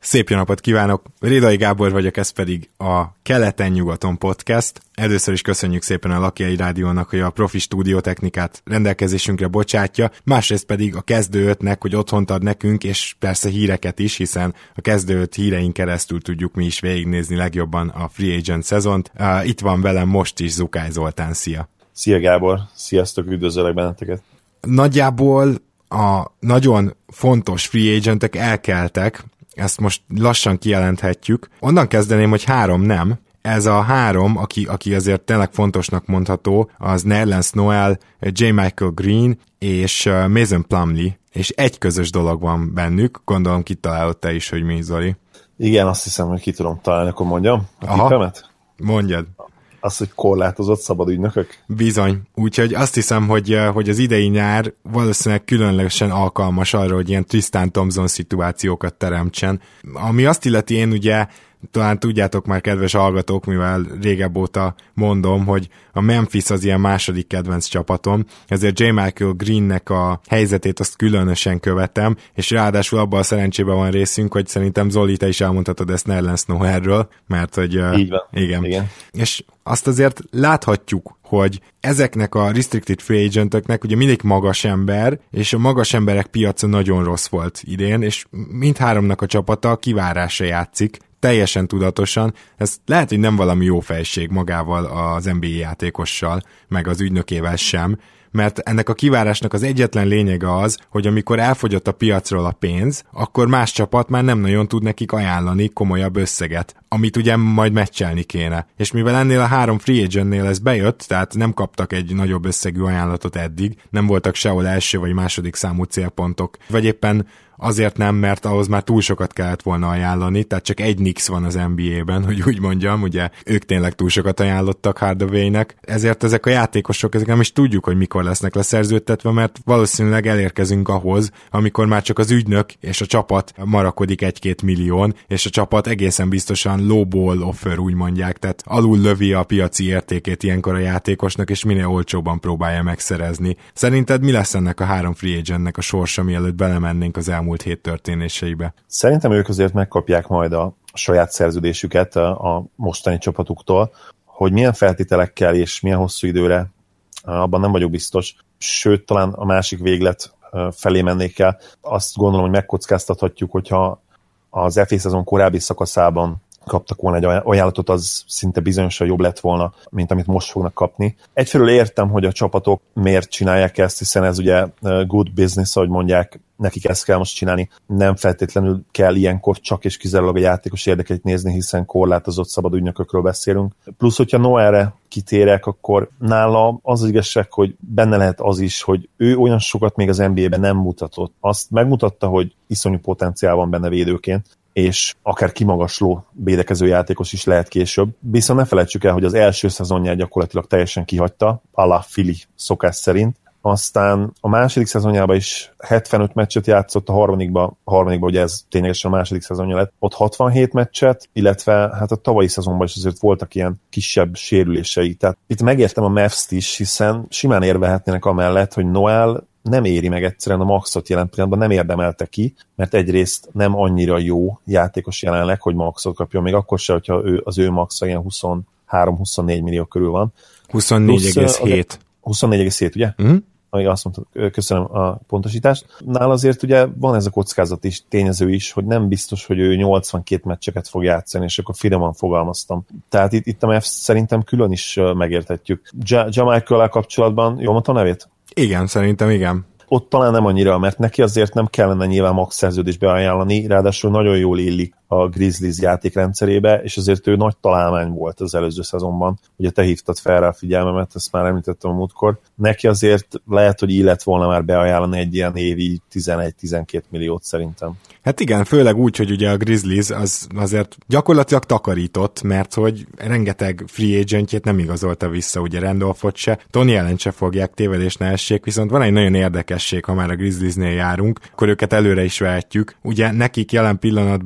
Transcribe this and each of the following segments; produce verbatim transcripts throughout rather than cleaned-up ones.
Szép jó napot kívánok! Rédai Gábor vagyok, ez pedig a Keleten-nyugaton podcast. Először is köszönjük szépen a Lakiai Rádiónak, hogy a profi stúdiótechnikát rendelkezésünkre bocsátja, másrészt pedig a Kezdő ötnek, hogy otthont ad nekünk, és persze híreket is, hiszen a Kezdő öt hírein keresztül tudjuk mi is végignézni legjobban a Free Agent szezont. Uh, itt van velem most is Zukály Zoltán, szia! Szia Gábor, sziasztok, üdvözöllek benneteket! Nagyjából a nagyon fontos free agentek elkeltek, ezt most lassan kijelenthetjük. Onnan kezdeném, hogy három nem. Ez a három, aki, aki azért tényleg fontosnak mondható, az Nerlens Noel, J. Michael Green és Mason Plumlee, és egy közös dolog van bennük. Gondolom kitalálod te is, hogy mi, Zoli. Igen, azt hiszem, hogy ki tudom találni, akkor mondjam a Aha, tippemet. Mondjad. Az, hogy korlátozott szabad ügynökök? Bizony. Úgyhogy azt hiszem, hogy, hogy az idei nyár valószínűleg különlegesen alkalmas arra, hogy ilyen Tristan Thompson szituációkat teremtsen. Ami azt illeti, én ugye talán tudjátok már, kedves hallgatók, mivel régebb óta mondom, hogy a Memphis az ilyen második kedvenc csapatom, ezért J. Michael Greennek a helyzetét azt különösen követem, és ráadásul abban a szerencsében van részünk, hogy szerintem Zoli, te is elmondhatod ezt Nerlens Noelről, mert hogy... Így van. Igen. igen. És azt azért láthatjuk, hogy ezeknek a restricted free agentöknek ugye mindig magas ember, és a magas emberek piaca nagyon rossz volt idén, és mindháromnak a csapata kivárásra játszik, teljesen tudatosan. Ez lehet, hogy nem valami jó fejség magával az en bé á játékossal, meg az ügynökével sem, mert ennek a kivárásnak az egyetlen lényege az, hogy amikor elfogyott a piacról a pénz, akkor más csapat már nem nagyon tud nekik ajánlani komolyabb összeget, amit ugye majd meccselni kéne. És mivel ennél a három free agentnél ez bejött, tehát nem kaptak egy nagyobb összegű ajánlatot eddig, nem voltak sehol első vagy második számú célpontok, vagy éppen azért nem, mert ahhoz már túl sokat kellett volna ajánlani, tehát csak egy Knicks van az en bé á-ben, hogy úgy mondjam, ugye ők tényleg túl sokat ajánlottak Hardaway-nek, ezért ezek a játékosok, ezek nem is tudjuk, hogy mikor lesznek leszerződtetve, mert valószínűleg elérkezünk ahhoz, amikor már csak az ügynök és a csapat marakodik egy-két millión, és a csapat egészen biztosan low ball offer, úgy mondják, tehát alul lövi a piaci értékét ilyenkor a játékosnak, és minél olcsóban próbálja megszerezni. Szerinted mi lesz ennek a három free agentnek a sorsa, mielőtt belemennénk az elmúlt hét történéseibe? Szerintem ők azért megkapják majd a saját szerződésüket a mostani csapatuktól, hogy milyen feltételekkel és milyen hosszú időre, abban nem vagyok biztos. Sőt, talán a másik véglet felé mennék el. Azt gondolom, hogy megkockáztathatjuk, hogyha az ef á szezon korábbi szakaszában kaptak volna egy ajánlatot, az szinte bizonyosan jobb lett volna, mint amit most fognak kapni. Egyfelől értem, hogy a csapatok miért csinálják ezt, hiszen ez ugye good business, ahogy mondják, nekik ezt kell most csinálni. Nem feltétlenül kell ilyenkor csak és kizárólag a játékos érdekeit nézni, hiszen korlátozott szabad ügynökökről beszélünk. Plusz, hogyha Noelre kitérek, akkor nála az az igazság, hogy benne lehet az is, hogy ő olyan sokat még az en bé á-ben nem mutatott. Azt megmutatta, hogy iszonyú potenciál van benne védőként, és akár kimagasló védekező játékos is lehet később. Viszont ne felejtsük el, hogy az első szezonját gyakorlatilag teljesen kihagyta, a la Philly szokás szerint. Aztán a második szezonjában is hetvenöt meccset játszott, a harmadikban, a harmadikban ugye ez ténylegesen a második szezonja lett, ott hatvanhét meccset, illetve hát a tavalyi szezonban is azért voltak ilyen kisebb sérülései. Tehát itt megértem a Mavs-t is, hiszen simán érvehetnének amellett, hogy Noel nem éri meg egyszerűen a maxot jelen pillanatban, nem érdemelte ki, mert egyrészt nem annyira jó játékos jelenleg, hogy maxot kapjon, még akkor se, hogyha ő, az ő maxa ilyen huszonhárom-huszonnégy millió körül van. huszonnégy egész hét. huszonnégy egész hét, ugye? Mm. Amíg azt mondtad, köszönöm a pontosítást. Nál azért ugye van ez a kockázat is, tényező is, hogy nem biztos, hogy ő nyolcvankét meccseket fog játszani, és akkor finoman fogalmaztam. Tehát itt, itt a Mavs szerintem külön is megérthetjük. Jamichael-el kapcsolatban, jól mondtam a nevét? Igen, szerintem igen. Ott talán nem annyira, mert neki azért nem kellene nyilván max szerződésbe ajánlani, ráadásul nagyon jól illik a Grizzlies játékrendszerébe, és azért ő nagy találmány volt az előző szezonban. Ugye te hívtad fel rá a figyelmemet, ezt már említettem a múltkor. Neki azért lehet, hogy illet volna már beajánlani egy ilyen évi tizenegy-tizenkét milliót szerintem. Hát igen, főleg úgy, hogy ugye a Grizzlies az azért gyakorlatilag takarított, mert hogy rengeteg free agentjét nem igazolta vissza, ugye Randolphot se, Tony Allen se fogják, tévedés ne essék, viszont van egy nagyon érdekesség, ha már a Grizzliesnél járunk, akkor őket előre is vehetjük. Ugye nekik jelen pillanatban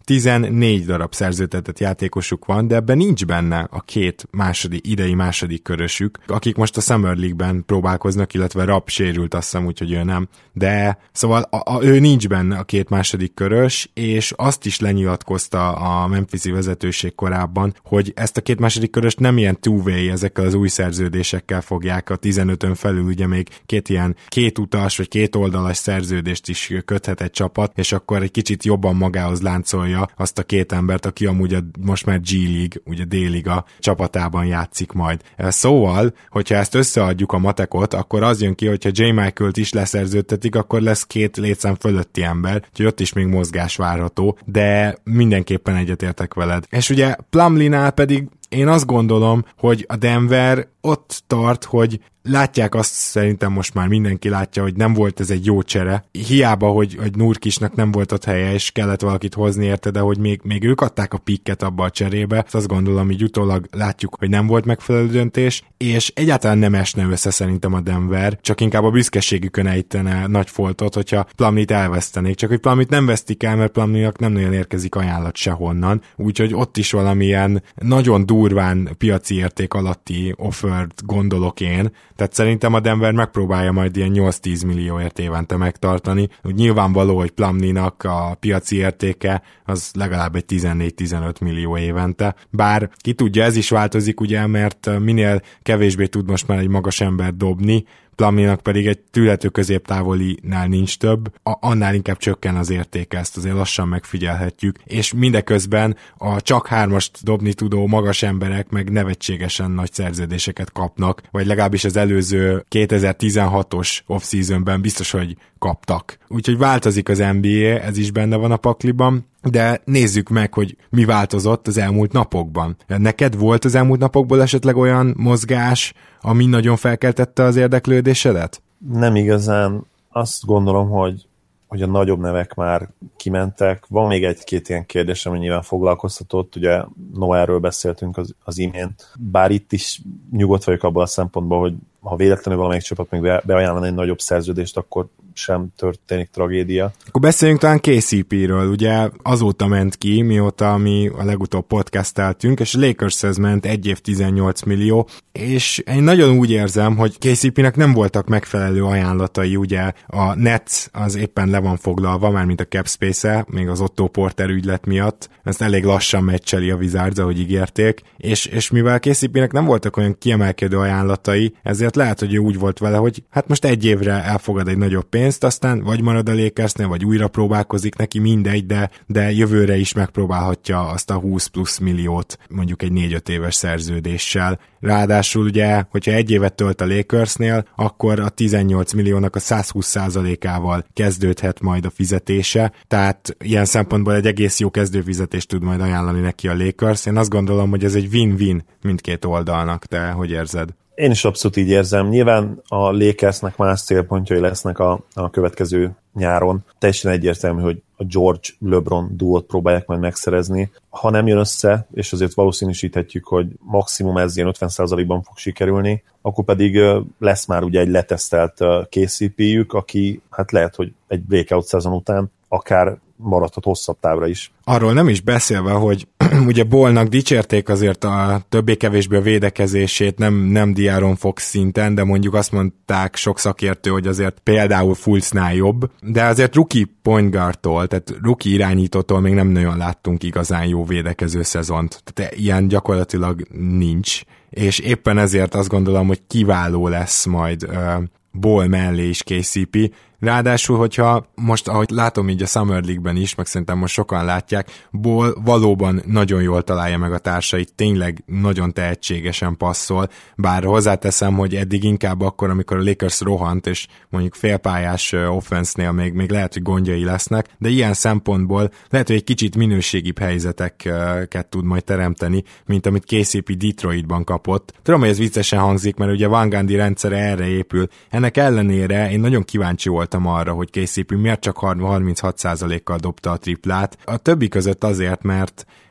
tizennégy darab szerződtetett játékosuk van, de ebben nincs benne a két második, idei második körösük, akik most a Summer League-ben próbálkoznak, illetve Rapp sérült, azt hiszem, úgyhogy ő nem. De szóval a, a, ő nincs benne a két második körös, és azt is lenyilatkozta a Memphis-i vezetőség korábban, hogy ezt a két második köröst nem ilyen two-way ezekkel az új szerződésekkel fogják a tizenötön felül, ugye még két ilyen két utas vagy két oldalas szerződést is köthet egy csapat, és akkor egy kicsit jobban magához láncolja azt a két embert, aki amúgy a, most már G-League, ugye D-Liga csapatában játszik majd. Szóval, hogyha ezt összeadjuk a matekot, akkor az jön ki, hogyha J. Michaelt is leszerződtetik, akkor lesz két létszám fölötti ember, úgyhogy ott is még mozgás várható, de mindenképpen egyetértek veled. És ugye Plumlee-nál pedig én azt gondolom, hogy a Denver ott tart, hogy látják azt, szerintem most már mindenki látja, hogy nem volt ez egy jó csere. Hiába, hogy, hogy Nurkisnak nem volt ott helye, és kellett valakit hozni érte, de hogy még, még ők adták a pikket abba a cserébe, azt gondolom, hogy utólag látjuk, hogy nem volt megfelelő döntés, és egyáltalán nem esne össze szerintem a Denver, csak inkább a büszkeségükön ejtene nagy foltot, hogyha Plumlee-t elvesztenék. Csak hogy Plumlee-t nem vesztik el, mert Plumlee-nak nem nagyon érkezik ajánlat sehonnan, úgyhogy ott is valamilyen nagyon durván piaci érték alatti offert gondolok én. Tehát szerintem a Denver megpróbálja majd ilyen nyolc-tíz millióért évente megtartani. Úgy nyilvánvaló, hogy Plumlee-nak a piaci értéke az legalább egy tizennégy-tizenöt millió évente. Bár ki tudja, ez is változik, ugye, mert minél kevésbé tud most már egy magas ember dobni, Plumlee-nak pedig egy tűrhető középtávolinál nincs több, a, annál inkább csökken az értéke, ezt azért lassan megfigyelhetjük, és mindeközben a csak hármast dobni tudó magas emberek meg nevetségesen nagy szerződéseket kapnak, vagy legalábbis az előző kétezer-tizenhatos off-seasonben biztos, hogy kaptak. Úgyhogy változik az en bé á, ez is benne van a pakliban, de nézzük meg, hogy mi változott az elmúlt napokban. Neked volt az elmúlt napokból esetleg olyan mozgás, ami nagyon felkeltette az érdeklődésedet? Nem igazán. Azt gondolom, hogy, hogy a nagyobb nevek már kimentek. Van még egy-két ilyen kérdés, ami nyilván foglalkoztatott. Ugye Noelről beszéltünk az, az imént. Bár itt is nyugodt vagyok abban a szempontból, hogy ha véletlenül valamelyik csapat még be, beajánlana egy nagyobb szerződést, akkor sem történik tragédia. Akkor beszéljünk talán ká cé pé-ről, ugye azóta ment ki, mióta mi a legutóbb podcasteltünk, és a Lakershez ment egy év tizennyolc millió, és én nagyon úgy érzem, hogy ká cé pé-nek nem voltak megfelelő ajánlatai, ugye a Nets az éppen le van foglalva, már mint a cap space-e, még az Otto Porter ügylet miatt, ezt elég lassan meccseli a Wizards, ahogy ígérték, és, és mivel ká cé pé-nek nem voltak olyan kiemelkedő ajánlatai, ezért lehet, hogy ő úgy volt vele, hogy hát most egy évre elfogad egy nagyobb pénzt, aztán vagy marad a Lakersnél, vagy újra próbálkozik, neki mindegy, de, de jövőre is megpróbálhatja azt a húsz plusz milliót mondjuk egy négy-öt éves szerződéssel. Ráadásul ugye, hogyha egy évet tölt a Lakersnél, akkor a tizennyolc milliónak a száz húsz százalékával kezdődhet majd a fizetése, tehát ilyen szempontból egy egész jó kezdőfizetést tud majd ajánlani neki a Lakers. Én azt gondolom, hogy ez egy win-win mindkét oldalnak. Te hogy érzed? Én is abszolút így érzem. Nyilván a Lakersnek más célpontjai lesznek a, a következő nyáron. Teljesen egyértelmű, hogy a George LeBron duót próbálják majd megszerezni. Ha nem jön össze, és azért valószínűsíthetjük, hogy maximum ez ilyen ötven százalékban fog sikerülni, akkor pedig lesz már ugye egy letesztelt ká cé pé-jük, aki hát lehet, hogy egy breakout szezon után akár maradhat hosszabb távra is. Arról nem is beszélve, hogy ugye Ballnak dicsérték azért a többé-kevésbé a védekezését, nem, nem De'Aaron Fox szinten, de mondjuk azt mondták sok szakértő, hogy azért például Fultznál jobb, de azért rookie point guardtól, tehát rookie irányítótól még nem nagyon láttunk igazán jó védekező szezont. Tehát ilyen gyakorlatilag nincs, és éppen ezért azt gondolom, hogy kiváló lesz majd uh, Ball mellé is ká cé pé. Ráadásul, hogyha most, ahogy látom így a Summer League-ben is, meg szerintem most sokan látják, Ball valóban nagyon jól találja meg a társait, tényleg nagyon tehetségesen passzol, bár hozzáteszem, hogy eddig inkább akkor, amikor a Lakers rohant, és mondjuk félpályás offense-nél még, még lehet, hogy gondjai lesznek, de ilyen szempontból lehet, hogy egy kicsit minőségibb helyzeteket tud majd teremteni, mint amit ká cé pé Detroitban kapott. Tudom, hogy ez viccesen hangzik, mert ugye Van Gundy rendszere erre épül. Ennek ellenére én nagyon kíváncsi voltam arra, hogy ká cé pé miért csak harminchat százalékkal dobta a triplát. A többi között azért, mert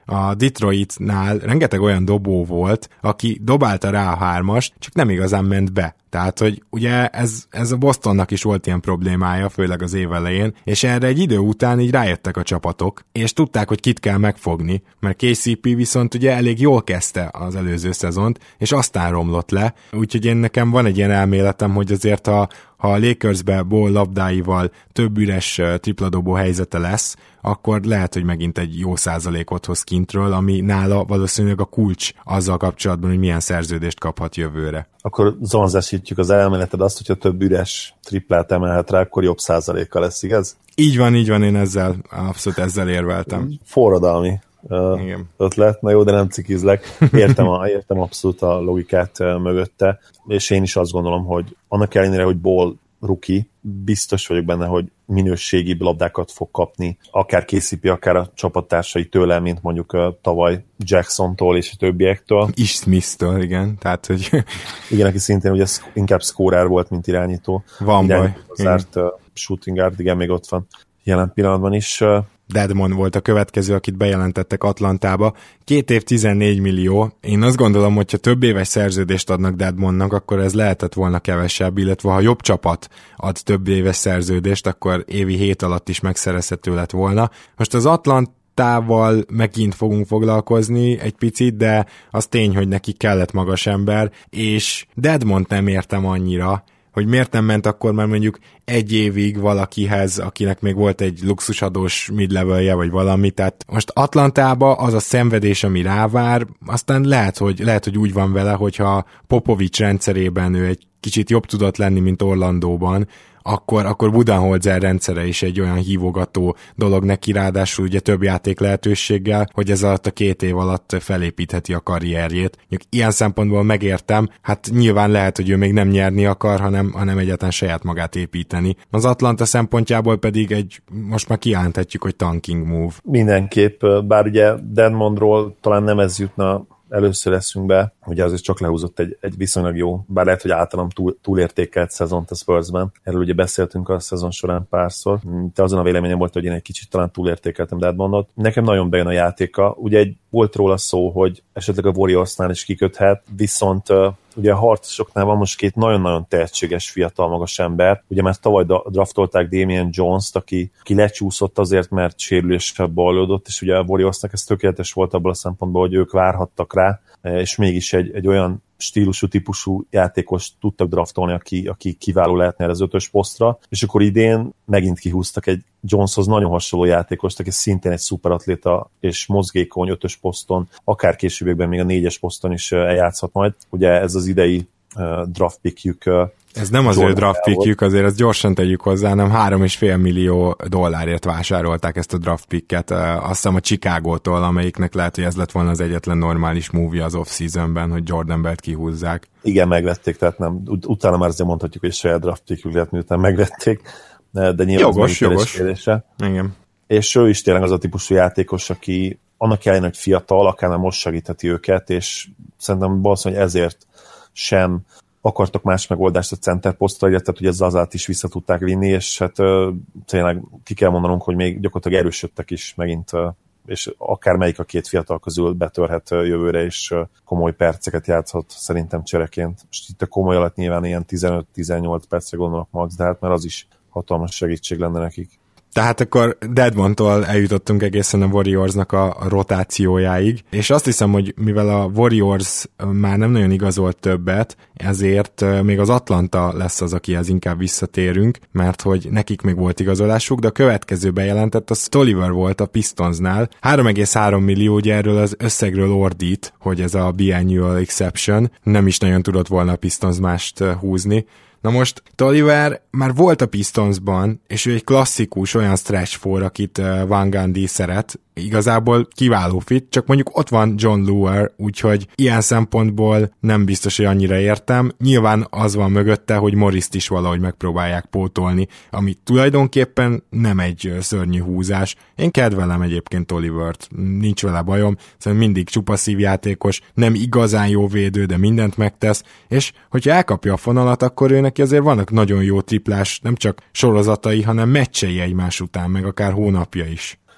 a Detroitnál rengeteg olyan dobó volt, aki dobálta rá a hármast, csak nem igazán ment be. Tehát, hogy ugye ez, ez a Bostonnak is volt ilyen problémája, főleg az év elején, és erre egy idő után így rájöttek a csapatok, és tudták, hogy kit kell megfogni, mert ká cé pé viszont ugye elég jól kezdte az előző szezont, és aztán romlott le, úgyhogy én nekem van egy ilyen elméletem, hogy azért ha ha a Lakersbe Ball labdáival több üres tripladobó helyzete lesz, akkor lehet, hogy megint egy jó százalékot hoz kintről, ami nála valószínűleg a kulcs azzal kapcsolatban, hogy milyen szerződést kaphat jövőre. Akkor zonzásítjuk az elméleted azt, hogyha több üres triplát emelhet rá, akkor jobb százaléka lesz, igaz? Így van, így van, én ezzel, abszolút ezzel érveltem. Forradalmi uh, ötlet, na jó, de nem cikizlek. Értem, a, értem abszolút a logikát uh, mögötte, és én is azt gondolom, hogy annak ellenére, hogy Ball rookie, biztos vagyok benne, hogy minőségi labdákat fog kapni, akár ká cé pé, akár a csapattársai tőle, mint mondjuk uh, tavaly Jacksontól és a többiektől. Is Smith-től, igen. Tehát, hogy... igen, aki szintén ugye inkább scorer volt, mint irányító. Van irányító baj. Az árt uh, shooting guard, igen, még ott van jelen pillanatban is. Uh, Dedmon volt a következő, akit bejelentettek Atlantába. Két év tizennégy millió. Én azt gondolom, hogyha több éves szerződést adnak Dedmonnak, akkor ez lehetett volna kevesebb, illetve ha jobb csapat ad több éves szerződést, akkor évi hét alatt is megszerezhető lett volna. Most az Atlant Tával megint fogunk foglalkozni egy picit, de az tény, hogy neki kellett magas ember, és Dedmont nem értem annyira, hogy miért nem ment akkor már mondjuk egy évig valakihez, akinek még volt egy luxusadós mid-levelje, vagy valami, tehát most Atlantába az a szenvedés, ami rávár, aztán lehet, hogy, lehet, hogy úgy van vele, hogyha Popovics rendszerében ő egy kicsit jobb tudott lenni, mint Orlandóban, akkor, akkor Budenholzer rendszere is egy olyan hívogató dolog neki, ráadásul ugye több játék lehetőséggel, hogy ez alatt a két év alatt felépítheti a karrierjét. Ilyen szempontból megértem, hát nyilván lehet, hogy ő még nem nyerni akar, hanem, hanem egyáltalán saját magát építeni. Az Atlanta szempontjából pedig egy, most már kijelenthetjük, hogy tanking move. Mindenképp, bár ugye Dedmondról talán nem ez jutna először eszünkbe, ugye azért csak lehúzott egy, egy viszonylag jó, bár lehet, hogy általam túl, túlértékelt szezont a Spursben. Erről ugye beszéltünk a szezon során párszor. Te azon a véleményem volt, hogy én egy kicsit talán túlértékeltem Dedmondot. Nekem nagyon bejön a játéka. Ugye egy, volt róla szó, hogy esetleg a Warriorsnál is kiköthet, viszont uh, ugye a harcosoknál van most két nagyon-nagyon tehetséges fiatal magas ember. Ugye már tavaly draftolták Damian Jones-t, aki, aki lecsúszott azért, mert sérüléssel bajlódott, és ugye a Warriorsnak ez tökéletes volt abból a szempontból, hogy ők várhattak rá, és mégis egy, egy olyan stílusú, típusú játékos tudtak draftolni, aki, aki kiváló lehetne erre az ötös posztra, és akkor idén megint kihúztak egy Joneshoz nagyon hasonló játékost, aki szintén egy szuperatléta és mozgékony ötös poszton, akár későbbiekben még a négyes poszton is eljátszhat majd. Ugye ez az idei uh, draft pickjük. Uh, ez nem az ő draft pickjük, azért ezt gyorsan tegyük hozzá, nem három és fél millió dollárért vásárolták ezt a draft picket, uh, azt hiszem a Chicagótól, amelyiknek lehet, hogy ez lett volna az egyetlen normális movie az off-seasonben, hogy Jordan Bellt kihúzzák. Igen, megvették, tehát nem, ut- utána már azért mondhatjuk, hogy saját draft pickjük lett, miután megvették, de nyilván jogos, jogos. Igen. És ő is tényleg az a típusú játékos, aki annak ellenére, hogy fiatal, akár már most segítheti őket, és szerintem valószínűleg ezért sem akartak más megoldást a center posztra, illetve hogy ezzel azáltal is vissza tudták vinni, és hát tényleg ki kell mondanunk, hogy még gyakorlatilag erősödtek is megint, és akár melyik a két fiatal közül betörhet jövőre, és komoly perceket játszhat szerintem csereként. Most itt a komoly alatt nyilván ilyen tizenöt-tizennyolc percre gondolok max, de hát mert az is hatalmas segítség lenne nekik. Tehát akkor Dedmontól eljutottunk egészen a Warriorsnak a rotációjáig, és azt hiszem, hogy mivel a Warriors már nem nagyon igazolt többet, ezért még az Atlanta lesz az, akihez inkább visszatérünk, mert hogy nekik még volt igazolásuk, de a következő bejelentett az Tolliver volt a Pistonsnál. három egész három millió, ugye erről az összegről ordít, hogy ez a biannual exception, nem is nagyon tudott volna a Pistons mást húzni. Na most Tolliver már volt a Pistonsban, és ő egy klasszikus olyan stretch four, akit Van Gundy szeret, igazából kiváló fit, csak mondjuk ott van John Lure, úgyhogy ilyen szempontból nem biztos, hogy annyira értem. Nyilván az van mögötte, hogy Morrist is valahogy megpróbálják pótolni, ami tulajdonképpen nem egy szörnyű húzás. Én kedvelem egyébként Tollivert, nincs vele bajom, szóval mindig csupa szívjátékos, nem igazán jó védő, de mindent megtesz, és hogyha elkapja a fonalat, akkor ő neki azért vannak nagyon jó triplás, nem csak sorozatai, hanem meccsei egymás után, meg akár hónapja is.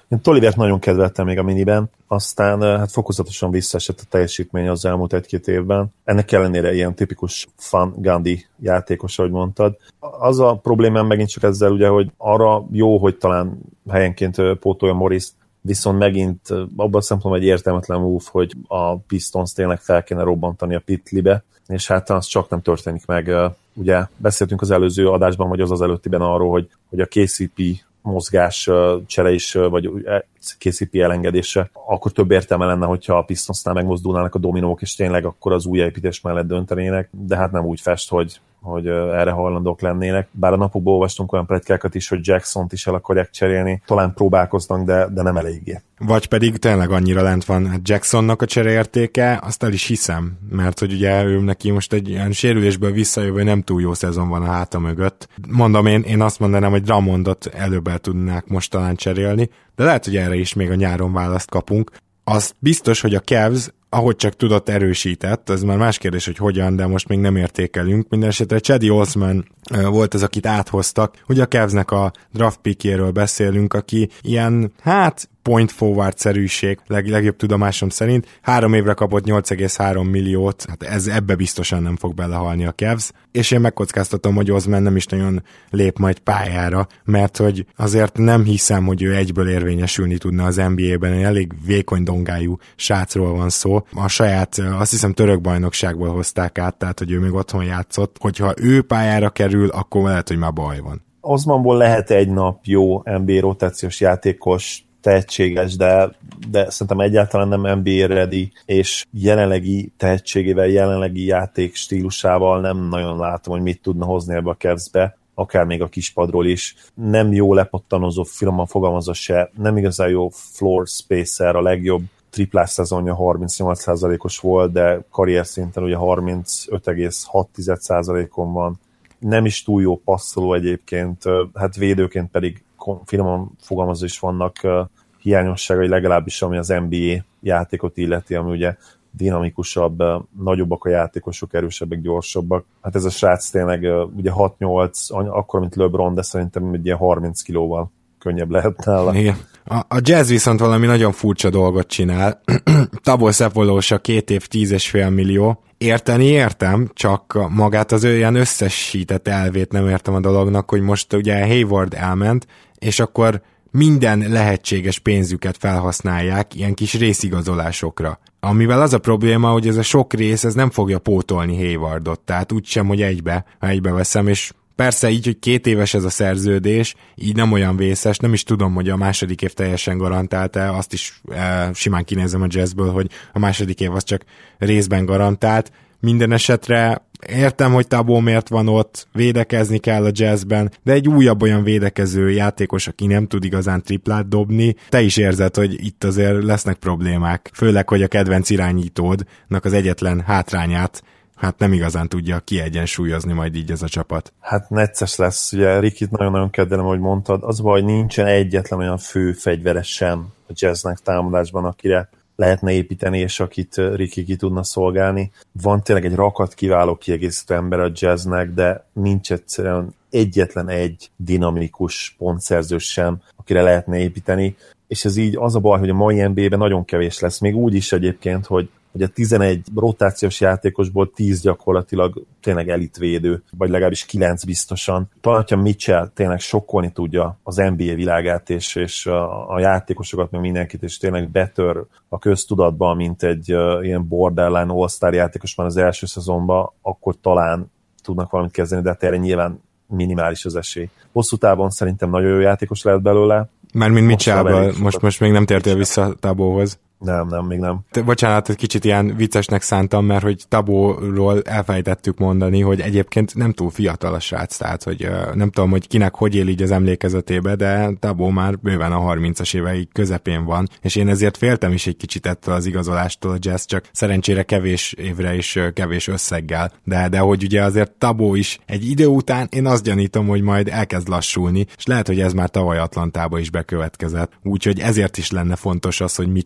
Én Tollivert nagyon kedveltem még a miniben, aztán hát fokozatosan visszaesett a teljesítmény az elmúlt egy-két évben. Ennek ellenére ilyen tipikus fun Gandhi játékos, ahogy mondtad. Az a problémám megint csak ezzel, ugye, hogy arra jó, hogy talán helyenként pótolja Morris-t, viszont megint abban a szempontból egy értelmetlen move, hogy a Pistons tényleg fel kéne robbantani a Pitlibe, és hát az csak nem történik meg. Ugye beszéltünk az előző adásban, vagy az az előttiben arról, hogy, hogy a ká cé pé mozgás csere is, vagy ká cé pé elengedése, akkor több értelme lenne, hogyha a Pistonsnál megmozdulnának a dominók, és tényleg akkor az újjáépítés mellett döntenének, de hát nem úgy fest, hogy, hogy erre hajlandók lennének. Bár a napokban olvastunk olyan pletykákat is, hogy Jacksont is el akarják cserélni, talán próbálkoznak, de, de nem eléggé. Vagy pedig tényleg annyira lent van hát Jacksonnak a csereértéke, azt el is hiszem, mert hogy ugye ő neki most egy ilyen sérülésből visszajövő nem túl jó szezon van a háta mögött. Mondom, én, én azt mondanám, hogy Drummondot előbb el tudnák most talán cserélni, de lehet, hogy erre is még a nyáron választ kapunk. Az biztos, hogy a Cavs, ahogy csak tudott, erősített, ez már más kérdés, hogy hogyan, de most még nem értékelünk. Mindenesetre Cedi Osman volt az, akit áthoztak. Ugye a Cavsnek a draft pickjéről beszélünk, aki ilyen, hát point forward-szerűség, leg, legjobb tudomásom szerint. Három évre kapott nyolc egész három milliót, hát ez ebbe biztosan nem fog belehalni a Cavs, és én megkockáztatom, hogy Osman nem is nagyon lép majd pályára, mert hogy azért nem hiszem, hogy ő egyből érvényesülni tudna az en bé á-ben, elég vékony dongájú srácról van szó. A saját, azt hiszem török bajnokságból hozták át, tehát hogy ő még otthon játszott, hogyha ő pályára kerül, akkor lehet, hogy már baj van. Osmanból lehet egy nap jó en bé á rotációs játékos, tehetséges, de, de szerintem egyáltalán nem en bé á ready, és jelenlegi tehetségével, jelenlegi játék stílusával nem nagyon látom, hogy mit tudna hozni ebbe a Cavsbe, akár még a kispadról is. Nem jó lepattanozó, finoman fogalmazva se, nem igazán jó floor spacer, a legjobb triplás szezonja harmincnyolc százalékos volt, de karrier szinten ugye harmincöt egész hat százalékon van. Nem is túl jó passzoló egyébként, hát védőként pedig finoman fogalmazva is vannak hiányosságai, legalábbis ami az en bé á játékot illeti, ami ugye dinamikusabb, nagyobbak a játékosok, erősebbek, gyorsabbak. Hát ez a srác tényleg ugye hat nyolc, akkor, mint LeBron, de szerintem ugye harminc kilóval könnyebb lehet nála. Igen. A, a Jazz viszont valami nagyon furcsa dolgot csinál. Tabo Sefolosha két év tíz és fél millió. Érteni értem, csak magát az olyan összesített elvét nem értem a dolognak, hogy most ugye Hayward elment, és akkor minden lehetséges pénzüket felhasználják ilyen kis részigazolásokra. Amivel az a probléma, hogy ez a sok rész, ez nem fogja pótolni Haywardot, tehát úgysem, hogy egybe, ha egybe veszem, és persze így, hogy két éves ez a szerződés, így nem olyan vészes, nem is tudom, hogy a második év teljesen garantált-e, azt is e, simán kinézem a Jazzből, hogy a második év az csak részben garantált. Minden esetre értem, hogy Tabo miért van ott, védekezni kell a Jazzben, de egy újabb olyan védekező játékos, aki nem tud igazán triplát dobni, te is érzed, hogy itt azért lesznek problémák, főleg, hogy a kedvenc irányítódnak az egyetlen hátrányát hát nem igazán tudja kiegyensúlyozni majd így ez a csapat. Hát necces lesz, ugye Rikit nagyon-nagyon kedvelem, ahogy mondtad, az baj, nincsen egyetlen olyan fő fegyveres sem a Jazznek támadásban, akire lehetne építeni, és akit Riki ki tudna szolgálni. Van tényleg egy rakat kiváló kiegészítő ember a Jazznek, de nincs egyszerűen egyetlen egy dinamikus pontszerző sem, akire lehetne építeni, és ez így az a baj, hogy a mai en bé á-ben nagyon kevés lesz, még úgy is egyébként, hogy hogy a tizenegy rotációs játékosból tíz gyakorlatilag tényleg elitvédő, vagy legalábbis kilenc biztosan. Talán, hogyha Mitchell tényleg sokkolni tudja az en bé á világát, és, és a, a játékosokat, meg mindenkit, és tényleg betör a köztudatba, mint egy uh, ilyen borderline all-star játékos már az első szezonban, akkor talán tudnak valamit kezdeni, de hát erre nyilván minimális az esély. Hosszú távon szerintem nagyon jó játékos lehet belőle. Mármint Mitchellből, most, most még nem tértél vissza Tabóhoz. Nem, nem, még nem. Te, bocsánat, egy kicsit ilyen viccesnek szántam, mert hogy Tabóról elfelejtettük mondani, hogy egyébként nem túl fiatal a srác, tehát hogy uh, nem tudom, hogy kinek hogy él így az emlékezetébe, de Tabó már bőven a harmincas évei közepén van, és én ezért féltem is egy kicsit ettől az igazolástól a Jazz, csak szerencsére kevés évre és kevés összeggel, de, de hogy ugye azért Tabó is egy idő után, én azt gyanítom, hogy majd elkezd lassulni, és lehet, hogy ez már tavaly Atlantába is bekövetkezett, úgyhogy ezért is lenne fontos az, hogy Mitchell egy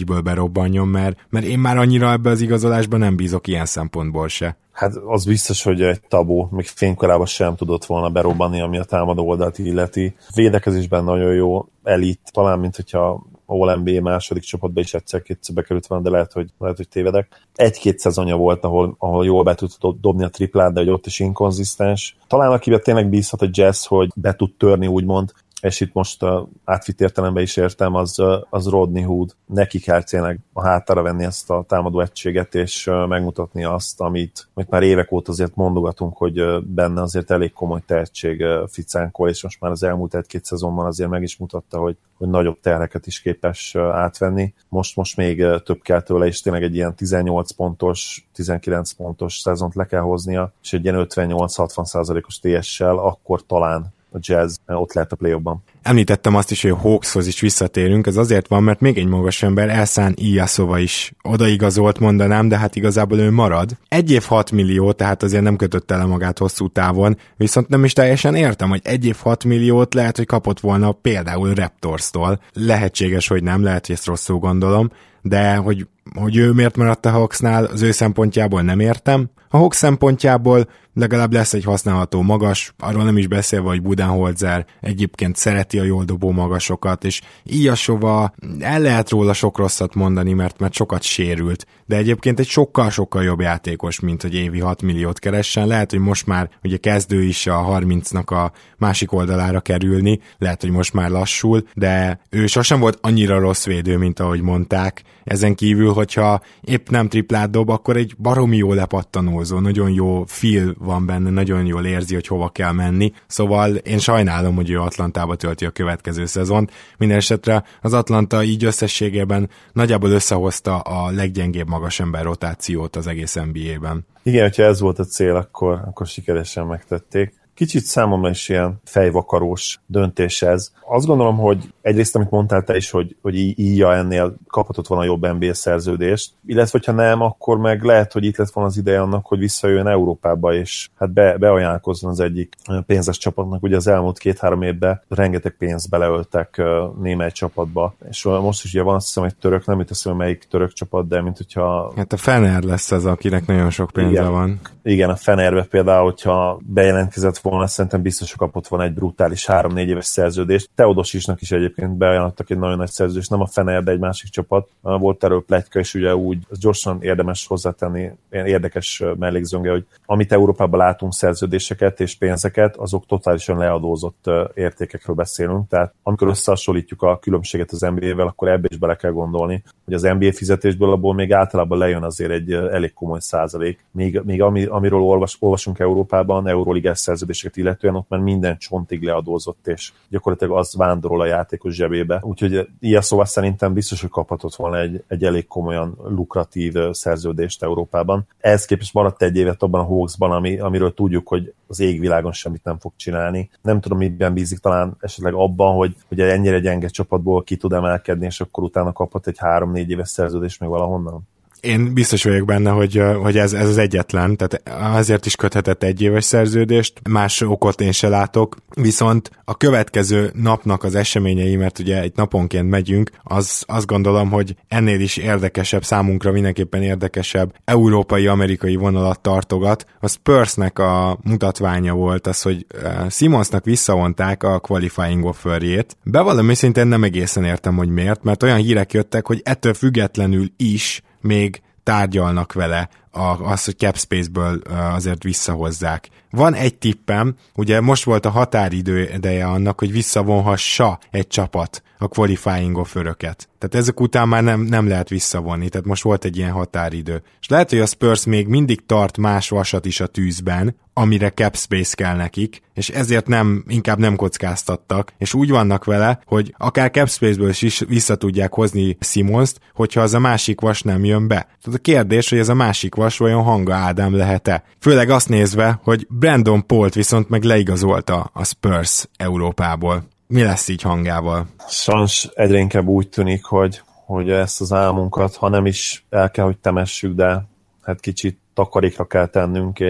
egyből berobbanjon, mert, mert én már annyira ebbe az igazolásban nem bízok ilyen szempontból se. Hát az biztos, hogy egy tabu, még fénykorában sem tudott volna berobbanni, ami a támadó oldalt illeti. Védekezésben nagyon jó, elit, talán mint hogyha All-en bé á második csapatba is egyszer-kétszer bekerült volna, de lehet, hogy, lehet, hogy tévedek. Egy-két szezonja volt, ahol, ahol jól be tudott dobni a triplát, de hogy ott is inkonzisztens. Talán akiben tényleg bízhat a Jazz, hogy be tud törni, úgymond, és itt most uh, átvitt értelemben is értem, az, uh, az Rodney Hood. Neki kell tényleg a hátára venni ezt a támadó egységet, és uh, megmutatni azt, amit, amit már évek óta azért mondogatunk, hogy uh, benne azért elég komoly tehetség uh, ficánkol, és most már az elmúlt egy-két szezonban azért meg is mutatta, hogy, hogy nagyobb terheket is képes uh, átvenni. Most, most még uh, több kell tőle, és tényleg egy ilyen tizennyolc pontos, tizenkilenc pontos szezont le kell hoznia, és egy ilyen ötvennyolc-hatvan százalékos té es-sel, akkor talán a Jazz ott lehet a play-offban. Említettem azt is, hogy a Hawkshoz is visszatérünk, ez azért van, mert még egy magas ember, Ersan Ilyasova is odaigazolt, mondanám, de hát igazából ő marad. Egy év hat millió, tehát azért nem kötötte le magát hosszú távon, viszont nem is teljesen értem, hogy egy év hat milliót lehet, hogy kapott volna például Raptorstól. Lehetséges, hogy nem, lehet, hogy ezt rosszul gondolom, de hogy, hogy ő miért maradt a Hawksnál, az ő szempontjából nem értem. A Hawks szempontjából legalább lesz egy használható magas, arról nem is beszélve, hogy Budenholzer egyébként szereti a jól dobó magasokat, és Ilyasova el lehet róla sok rosszat mondani, mert, mert sokat sérült, de egyébként egy sokkal-sokkal jobb játékos, mint hogy évi hat milliót keressen. Lehet, hogy most már ugye kezdő is a harmincnak a másik oldalára kerülni, lehet, hogy most már lassul, de ő sosem volt annyira rossz védő, mint ahogy mondták. Ezen kívül, hogyha épp nem triplát dob, akkor egy baromi jó lepattanózó, nagyon jó feel van benne, nagyon jól érzi, hogy hova kell menni, szóval én sajnálom, hogy ő Atlantába tölti a következő szezont. Minden esetre az Atlanta így összességében nagyjából összehozta a leggyengébb magasember rotációt az egész en bé á-ben. Igen, hogyha ez volt a cél, akkor, akkor sikeresen megtették. Kicsit számomra is ilyen fejvakarós döntés ez. Azt gondolom, hogy egyrészt, amit mondtál te is, hogy, hogy Ija ennél kaphatott volna jobb en bé á szerződést, illetve, hogyha nem, akkor meg lehet, hogy itt lett volna az ideje annak, hogy visszajöjjön Európába, és hát be, beajánlkozzon az egyik pénzes csapatnak. Ugye az elmúlt két-három évben rengeteg pénzt beleöltek némely csapatba, és most is ugye van, azt hiszem, egy török, nem jut eszembe, melyik török csapat, de mint hogyha... Hát a Fener lesz az, akinek nagyon sok pénze igen, van. Igen, a Fenerbe például, hogyha bejelentkezett volna, szerintem biztos, hogy kapott volna egy brutális három-négy éves szerződést. Teodosisnak is egyébként beajánlottak egy nagyon nagy szerződést, nem a Fener, de egy másik csapat. Volt erről pletyka, és ugye úgy gyorsan érdemes hozzátenni, ilyen érdekes mellékzőnge, hogy amit Európában látunk szerződéseket és pénzeket, azok totálisan leadózott értékekről beszélünk. Tehát amikor összehasonlítjuk a különbséget az en bé á-vel, akkor ebbe is bele kell gondolni, hogy az en bé á fizetésből abból még általában lejön azért egy elég komoly százalék. Még, még ami, amiről olvas, olvasunk Európában, euróligás szerződéseket illetően, ott már minden csontig leadózott, és gyakorlatilag az vándorol a játékos zsebébe. Úgyhogy ilyen szóval szerintem biztos, hogy kaphatott volna egy, egy elég komolyan lukratív szerződést Európában. Ehhez képest maradt egy évet abban a Hawksban, ami, amiről tudjuk, hogy az égvilágon semmit nem fog csinálni. Nem tudom, miben bízik, talán esetleg abban, hogy, hogy ennyire gyenge csapatból ki tud emelkedni, és akkor utána kaphat egy három-négy éves szerződést még valahonnan. Én biztos vagyok benne, hogy, hogy ez, ez az egyetlen, tehát azért is köthetett egy éves szerződést, más okot én se látok, viszont a következő napnak az eseményei, mert ugye egy naponként megyünk, az azt gondolom, hogy ennél is érdekesebb, számunkra mindenképpen érdekesebb európai-amerikai vonalat tartogat. A Spursnek a mutatványa volt az, hogy Simmonsnak visszavonták a qualifying offerjét. Bevallom őszintén nem egészen értem, hogy miért, mert olyan hírek jöttek, hogy ettől függetlenül is még tárgyalnak vele az, hogy cap space-ből azért visszahozzák. Van egy tippem, ugye most volt a határidő ideje annak, hogy visszavonhassa egy csapat a qualifying offeröket. Tehát ezek után már nem, nem lehet visszavonni, tehát most volt egy ilyen határidő. És lehet, hogy a Spurs még mindig tart más vasat is a tűzben, amire cap space kell nekik, és ezért nem, inkább nem kockáztattak, és úgy vannak vele, hogy akár cap space-ből is vissza tudják hozni Simmonst, hogyha az a másik vas nem jön be. Tehát a kérdés, hogy ez a másik vas vajon Hanga Ádám lehet-e? Főleg azt nézve, hogy Brandon Paul-t viszont meg leigazolta a Spurs Európából. Mi lesz így Hangával? Sajnos egyre inkább úgy tűnik, hogy, hogy ezt az álmunkat, ha nem is el kell, hogy temessük, de hát kicsit takarékra kell tennünk, és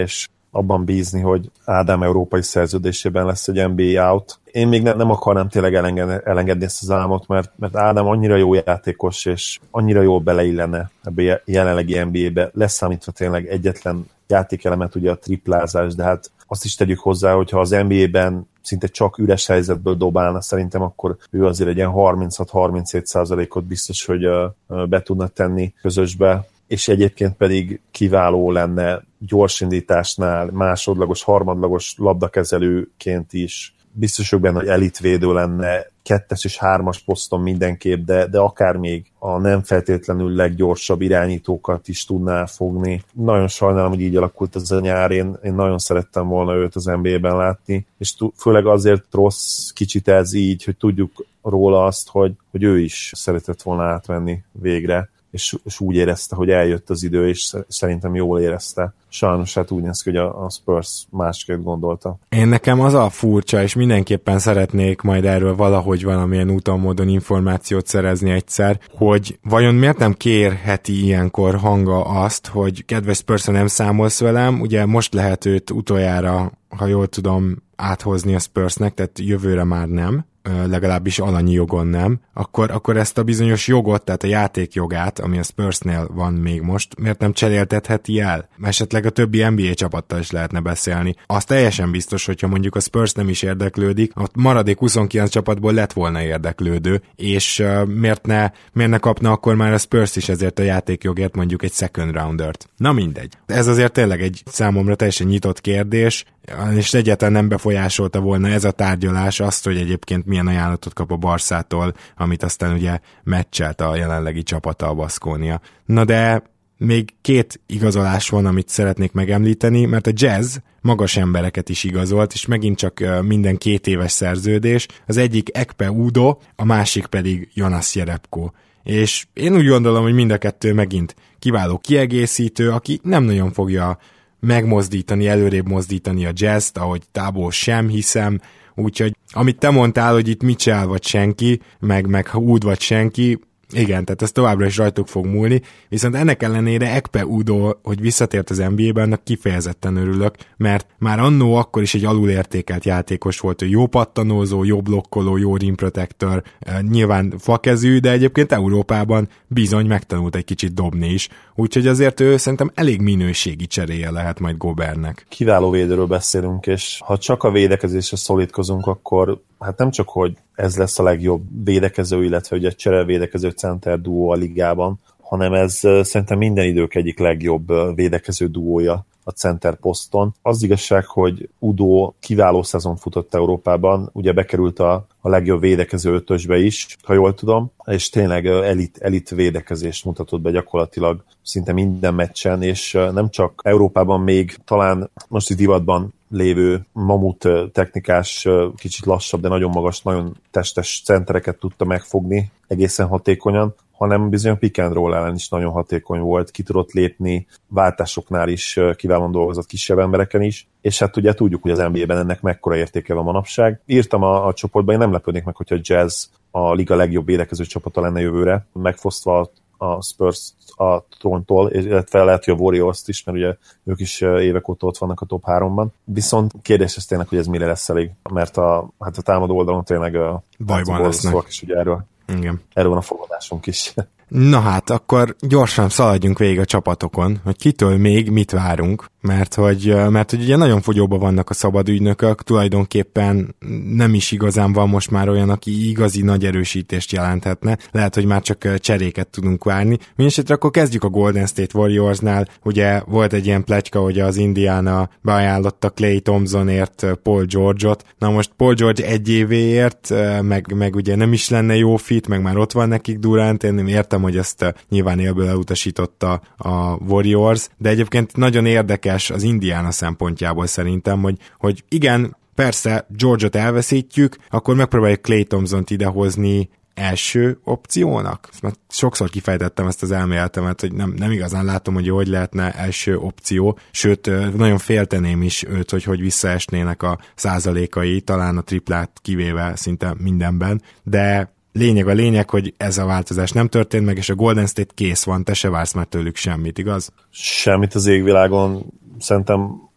abban bízni, hogy Ádám európai szerződésében lesz egy en bé á out. Én még ne, nem akarnám tényleg elengedni, elengedni ezt az álmot, mert, mert Ádám annyira jó játékos, és annyira jól beleillene ebbe a jelenlegi en bé á-be, leszámítva tényleg egyetlen játékelemet, ugye a triplázás, de hát azt is tegyük hozzá, hogyha az en bé á-ben szinte csak üres helyzetből dobálna, szerintem akkor ő azért egy ilyen harminchat-harminchét százalékot biztos, hogy be tudna tenni közösbe, és egyébként pedig kiváló lenne gyorsindításnál, másodlagos, harmadlagos labdakezelőként is. Biztos, hogy benne, hogy elitvédő lenne, kettes és hármas poszton mindenképp, de, de akár még a nem feltétlenül leggyorsabb irányítókat is tudná fogni. Nagyon sajnálom, hogy így alakult ez a nyár, én, én nagyon szerettem volna őt az en bé á-ben látni, és t- főleg azért rossz kicsit ez így, hogy tudjuk róla azt, hogy, hogy ő is szeretett volna átvenni végre. És, és úgy érezte, hogy eljött az idő, és szerintem jól érezte. Sajnos hát úgy néz ki, hogy a, a Spurs másképp gondolta. Én nekem az a furcsa, és mindenképpen szeretnék majd erről valahogy valamilyen úton, módon információt szerezni egyszer, hogy vajon miért nem kérheti ilyenkor hanga azt, hogy kedves Spurs, nem számolsz velem, ugye most lehet őt utoljára, ha jól tudom, áthozni a Spursnek, tehát jövőre már nem, legalábbis alanyi jogon nem, akkor, akkor ezt a bizonyos jogot, tehát a játékjogát, ami a Spursnél van még most, miért nem cseréltetheti el? Esetleg a többi en bé á csapattal is lehetne beszélni. Az teljesen biztos, hogyha mondjuk a Spurs nem is érdeklődik, ott maradék huszonkilenc csapatból lett volna érdeklődő, és uh, miért, ne, miért ne kapna akkor már a Spurs is ezért a játékjogért mondjuk egy second roundert. Na mindegy. Ez azért tényleg egy számomra teljesen nyitott kérdés, és egyáltalán nem befolyásolta volna ez a tárgyalás azt, hogy egyébként milyen ajánlatot kap a Barszától, amit aztán ugye meccselt a jelenlegi csapata, a Baskonia. Na de még két igazolás van, amit szeretnék megemlíteni, mert a Jazz magas embereket is igazolt, és megint csak minden két éves szerződés. Az egyik Ekpe Udo, a másik pedig Jonas Jerebko. És én úgy gondolom, hogy mind a kettő megint kiváló kiegészítő, aki nem nagyon fogja megmozdítani, előrébb mozdítani a Jazz-t, ahogy Tábor sem hiszem, úgyhogy amit te mondtál, hogy itt Mitchell vagy senki, meg, meg Wood vagy senki, igen, tehát ez továbbra is rajtuk fog múlni, viszont ennek ellenére Ekpe Udo, hogy visszatért az en bé á-ben, annak kifejezetten örülök, mert már annó akkor is egy alulértékelt játékos volt, hogy jó pattanózó, jó blokkoló, jó rim protector, nyilván fakezű, de egyébként Európában bizony megtanult egy kicsit dobni is, úgyhogy azért ő szerintem elég minőségi cseréje lehet majd Gobertnek. Kiváló védőről beszélünk, és ha csak a védekezésre szorítkozunk, akkor hát nem csak, hogy ez lesz a legjobb védekező, illetve ugye a cserevédekező center duó a ligában, hanem ez szerintem minden idők egyik legjobb védekező duója a center poszton. Az igazság, hogy Udo kiváló szezon futott Európában, ugye bekerült a, a legjobb védekező ötösbe is, ha jól tudom, és tényleg elit, elit védekezést mutatott be gyakorlatilag szinte minden meccsen, és nem csak Európában, még talán most is divatban lévő mamut technikás, kicsit lassabb, de nagyon magas, nagyon testes centereket tudta megfogni egészen hatékonyan, hanem bizony a pick and roll ellen is nagyon hatékony volt, ki tudott lépni, váltásoknál is kiválóan dolgozott kisebb embereken is, és hát ugye tudjuk, hogy az en bé á-ben ennek mekkora értéke van manapság. Írtam a, a csoportban, én nem lepődnék meg, hogyha a Jazz a liga legjobb védekező csapata lenne jövőre, megfosztva a Spurs a tróntól, illetve lehet, hogy a Warriors-t is, mert ugye ők is évek óta ott vannak a top háromban. Viszont kérdés ez tényleg, hogy ez mire lesz elég, mert a, hát a támadó oldalon tényleg a bajban lesznek. És ugye erről, igen. Erről van a fogadásunk is. Na hát, akkor gyorsan szaladjunk végig a csapatokon, hogy kitől még mit várunk, mert hogy, mert hogy ugye nagyon fogyóban vannak a szabad ügynökök, tulajdonképpen nem is igazán van most már olyan, aki igazi nagy erősítést jelenthetne, lehet, hogy már csak cseréket tudunk várni. Mindenesetre akkor kezdjük a Golden State Warriorsnál, ugye volt egy ilyen pletyka, hogy az Indiana beajánlotta Klay Thompsonért Paul George-ot, na most Paul George egy évéért, meg, meg ugye nem is lenne jó fit, meg már ott van nekik Durant, én nem értem, hogy ezt nyilván élből elutasította a Warriors, de egyébként nagyon érdekes az Indiana szempontjából szerintem, hogy, hogy igen, persze George-ot elveszítjük, akkor megpróbáljuk Klay Thompsont idehozni első opciónak. Mert sokszor kifejtettem ezt az elméletemet, hogy nem, nem igazán látom, hogy hogy lehetne első opció, sőt, nagyon félteném is őt, hogy hogy visszaesnének a százalékai, talán a triplát kivéve szinte mindenben, de lényeg a lényeg, hogy ez a változás nem történt meg, és a Golden State kész van, te se vársz már tőlük semmit, igaz? Semmit az égvilágon. Szerintem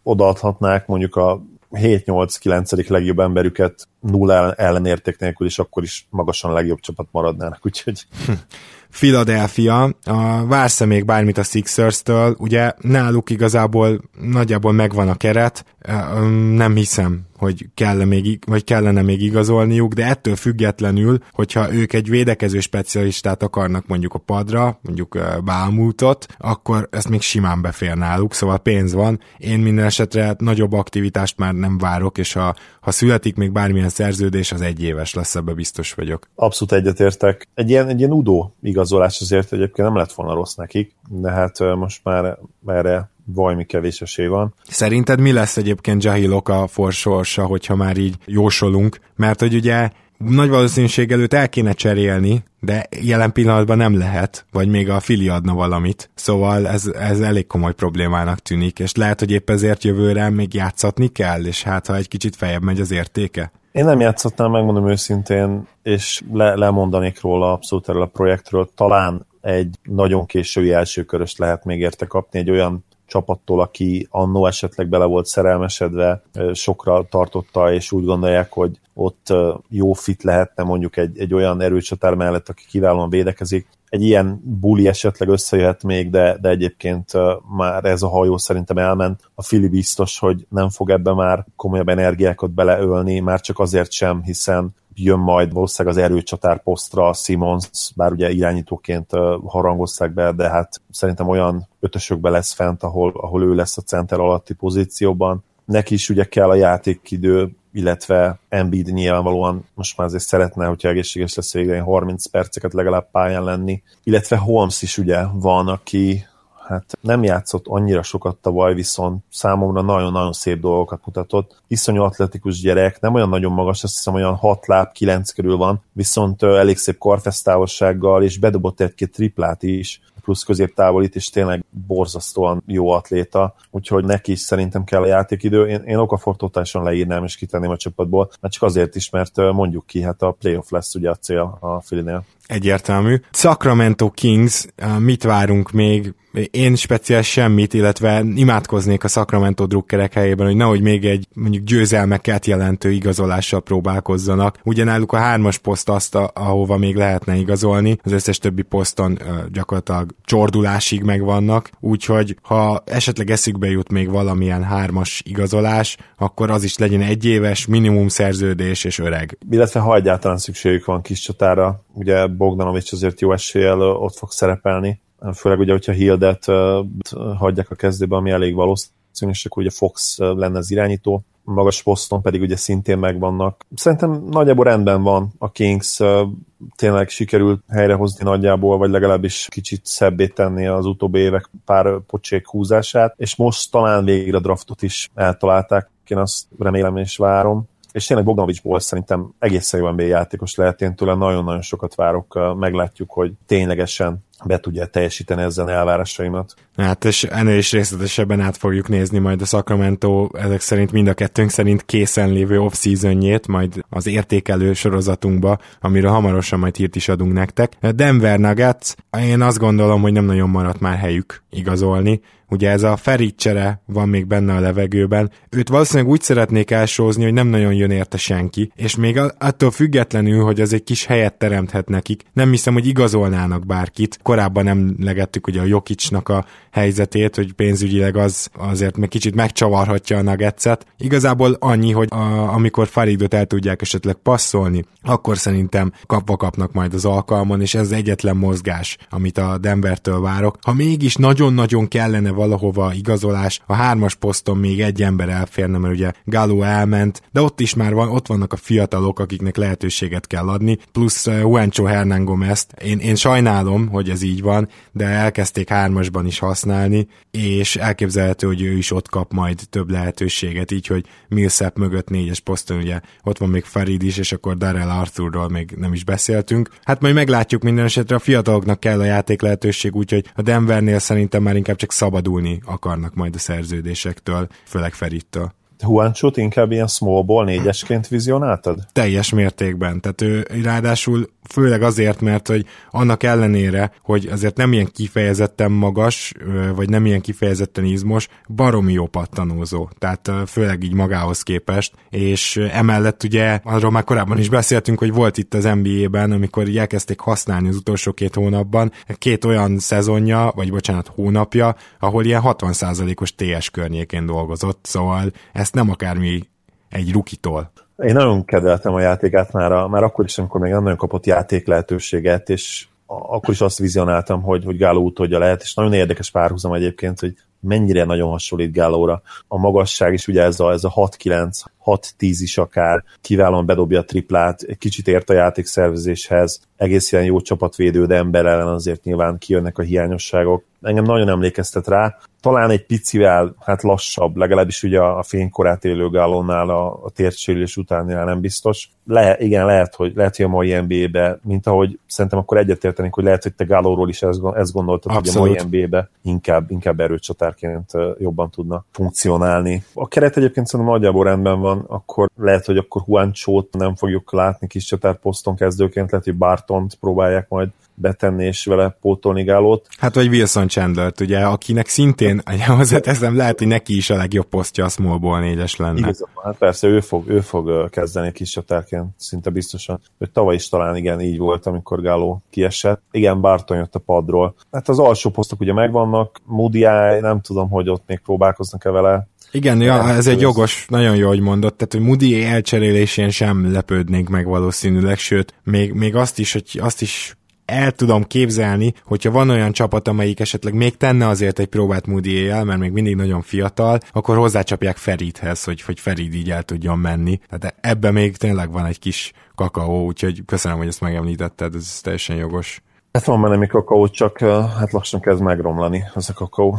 odaadhatnák mondjuk a hét-nyolc-kilencedik legjobb emberüket nulla ellenérték nélkül, és akkor is magasan a legjobb csapat maradnának, úgyhogy... Philadelphia, a vársz még bármit a Sixers-től, ugye náluk igazából nagyjából megvan a keret, nem hiszem, hogy kell még, vagy kellene még igazolniuk, de ettől függetlenül, hogyha ők egy védekező specialistát akarnak mondjuk a padra, mondjuk Bálmútot, akkor ezt még simán befér náluk, szóval pénz van. Én minden esetre nagyobb aktivitást már nem várok, és ha, ha születik még bármilyen szerződés, az egy éves lesz, ebbe biztos vagyok. Abszolút egyetértek. Egy ilyen, egy ilyen udó igazolás azért egyébként nem lett volna rossz nekik, de hát most már erre valami kevés esély van. Szerinted mi lesz egyébként Jahlil Okafor sorsa, hogyha már így jósolunk? Mert hogy ugye nagy valószínűség előtt el kéne cserélni, de jelen pillanatban nem lehet, vagy még a Fili adna valamit. Szóval ez, ez elég komoly problémának tűnik, és lehet, hogy épp ezért jövőre még játszatni kell, és hát ha egy kicsit feljebb megy az értéke. Én nem játszottam, megmondom őszintén, és le, lemondanék róla abszolút erről a projektről. Talán egy nagyon késői elsőköröst lehet még érte kapni, egy olyan csapattól, aki annó esetleg bele volt szerelmesedve, sokra tartotta, és úgy gondolják, hogy ott jó fit lehetne mondjuk egy, egy olyan erőcsatár mellett, aki kiválóan védekezik. Egy ilyen buli esetleg összejöhet még, de, de egyébként már ez a hajó szerintem elment. A Fili biztos, hogy nem fog ebbe már komolyabb energiákat beleölni, már csak azért sem, hiszen jön majd valószínűleg az erőcsatár posztra Simmons, bár ugye irányítóként harangozták be, de hát szerintem olyan ötösökbe lesz fent, ahol, ahol ő lesz a center alatti pozícióban. Neki is ugye kell a játékidő, illetve Embiid nyilvánvalóan most már azért szeretne, hogyha egészséges lesz végre harminc perceket legalább pályán lenni, illetve Holmes is ugye van, aki hát nem játszott annyira sokat tavaly, viszont számomra nagyon-nagyon szép dolgokat mutatott. Iszonyú atletikus gyerek, nem olyan nagyon magas, azt hiszem olyan hat láb, kilenc körül van, viszont elég szép karfesztávolsággal, és bedobott egy-két triplát is, plusz középtávolít, és tényleg borzasztóan jó atléta, úgyhogy neki is szerintem kell a játékidő. Én, én Okafort totálisan leírnám, és kitenném a csapatból, mert csak azért is, mert mondjuk ki, hát a playoff lesz ugye a cél a Phillynél. Egyértelmű. Sacramento Kings, mit várunk még? Én speciál semmit, illetve imádkoznék a Sacramento drukkerek helyében, hogy nehogy még egy mondjuk győzelmeket jelentő igazolással próbálkozzanak. Ugyanáluk a hármas poszt azt, ahova még lehetne igazolni, az összes többi poszton gyakorlatilag csordulásig megvannak, úgyhogy ha esetleg eszükbe jut még valamilyen hármas igazolás, akkor az is legyen egyéves, minimum szerződés és öreg. Illetve ha egyáltalán szükségük van kis csatára, ugye Bogdanovics azért jó eséllyel ott fog szerepelni, főleg ugye, hogyha Hildet uh, hagyják a kezdőbe, ami elég valószínű, és akkor ugye Fox uh, lenne az irányító, magas poszton pedig ugye szintén megvannak. Szerintem nagyjából rendben van a Kings, uh, tényleg sikerült helyrehozni nagyjából, vagy legalábbis kicsit szebbé tenni az utóbbi évek pár pocsék húzását, és most talán végre a draftot is eltalálták, én azt remélem és várom. És tényleg Bogdanovicsból szerintem egészen jó en bé á játékos lehet, én tőle nagyon-nagyon sokat várok, meglátjuk, hogy ténylegesen be tudja teljesíteni ezen elvárásaimat. Hát, és ennél is részletesebben át fogjuk nézni majd a Sacramento, ezek szerint mind a kettőnk szerint készen lévő off-seasonjét, majd az értékelő sorozatunkba, amiről hamarosan majd hírt is adunk nektek. Denver Nuggets, én azt gondolom, hogy nem nagyon maradt már helyük igazolni. Ugye ez a Ferit csere van még benne a levegőben. Őt valószínűleg úgy szeretnék elsózni, hogy nem nagyon jön érte senki, és még attól függetlenül, hogy az egy kis helyet teremthet nekik, nem hiszem, hogy igazolnának bárkit. Korábban emlegettük ugye a Jokicsnak a helyzetét, hogy pénzügyileg az azért még kicsit megcsavarhatja a Nuggetset. Igazából annyi, hogy a, amikor Faridot el tudják esetleg passzolni, akkor szerintem kapva kapnak majd az alkalmon, és ez az egyetlen mozgás, amit a Denvertől várok. Ha mégis nagyon-nagyon kellene valahova igazolás, a hármas poszton még egy ember elférne, mert ugye Gallo elment, de ott is már van, ott vannak a fiatalok, akiknek lehetőséget kell adni, plusz Juancho Hernán Gómezt. Én, én sajnálom, hogy ez így van, de elkezdték hármasban is használni, és elképzelhető, hogy ő is ott kap majd több lehetőséget, így, hogy Millsap mögött négyes poszton ugye ott van még Farid is, és akkor Darrell Arthurról még nem is beszéltünk. Hát majd meglátjuk, minden esetre a fiataloknak kell a játék lehetőség, úgyhogy a Denvernél szerintem már inkább csak szabadulni akarnak majd a szerződésektől, főleg Faridtől. Juanchót inkább ilyen small ball négyesként vizionáltad? Teljes mértékben. Tehát ő ráadásul főleg azért, mert hogy annak ellenére, hogy azért nem ilyen kifejezetten magas, vagy nem ilyen kifejezetten izmos, baromi jó pattanózó. Tehát főleg így magához képest, és emellett ugye, arról már korábban is beszéltünk, hogy volt itt az en bé á-ben, amikor így elkezdték használni az utolsó két hónapban, két olyan szezonja, vagy bocsánat, hónapja, ahol ilyen hatvan százalékos té es környékén dolgozott, szóval ezt nem akármi egy rukitól. Én nagyon kedveltem a játékát már, a, már akkor is, amikor még nem nagyon kapott játék lehetőséget, és akkor is azt vizionáltam, hogy, hogy Gallo utódja lehet, és nagyon érdekes párhuzam egyébként, hogy mennyire nagyon hasonlít Gallóra. A magasság is ugye ez a, ez a hat kilenc, hat tíz is akár, kiválóan bedobja a triplát, egy kicsit ért a játékszervezéshez, egész ilyen jó csapatvédő, de ember ellen azért nyilván kijönnek a hiányosságok. Engem nagyon emlékeztet rá. Talán egy picivel hát lassabb, legalábbis ugye a fénykorát élő Gallónál a, a térsérülés utánál nem biztos. Le, igen, lehet, hogy, lehet, hogy a mai en bé á-be, mint ahogy szerintem akkor egyetértenék, hogy lehet, hogy te Gallóról is ezt, ezt gondoltad, abszolút, hogy a mai en bé á-be inkább, inkább erőcsatárként jobban tudna funkcionálni. A keret egyébként szerintem nagyjából rendben van, akkor lehet, hogy akkor Juanchót nem fogjuk látni kis csatárposzton kezdőként, lehet, hogy Bartont próbálják majd betenni és vele pótolni Gallót. Hát vagy Wilson Chandlert, ugye, akinek szintén hozzáteszem, lehet, hogy neki is a legjobb posztja a small ball négyes lenne. Igazából, hát persze, ő fog, ő fog kezdeni kis csatárként, szinte biztosan. Hogy tavaly is talán igen így volt, amikor Gallo kiesett. Igen, Barton jött a padról. Hát az alsó posztok ugye megvannak, Moody, nem tudom, hogy ott még próbálkoznak-e vele. Igen, ja, ez egy jogos, nagyon jó, hogy mondott, tehát hogy Moody elcserélésén sem lepődnénk meg valószínűleg, sőt, még, még azt is, hogy azt is el tudom képzelni, hogyha van olyan csapat, amelyik esetleg még tenne azért egy próbát Moody-éjjel, mert még mindig nagyon fiatal, akkor hozzácsapják Feridhez, hogy, hogy Ferid így el tudjon menni. Tehát ebben még tényleg van egy kis kakaó, úgyhogy köszönöm, hogy ezt megemlítetted, ez teljesen jogos. Hát van benne még kakaó, csak hát lassan kezd megromlani ez a kakaó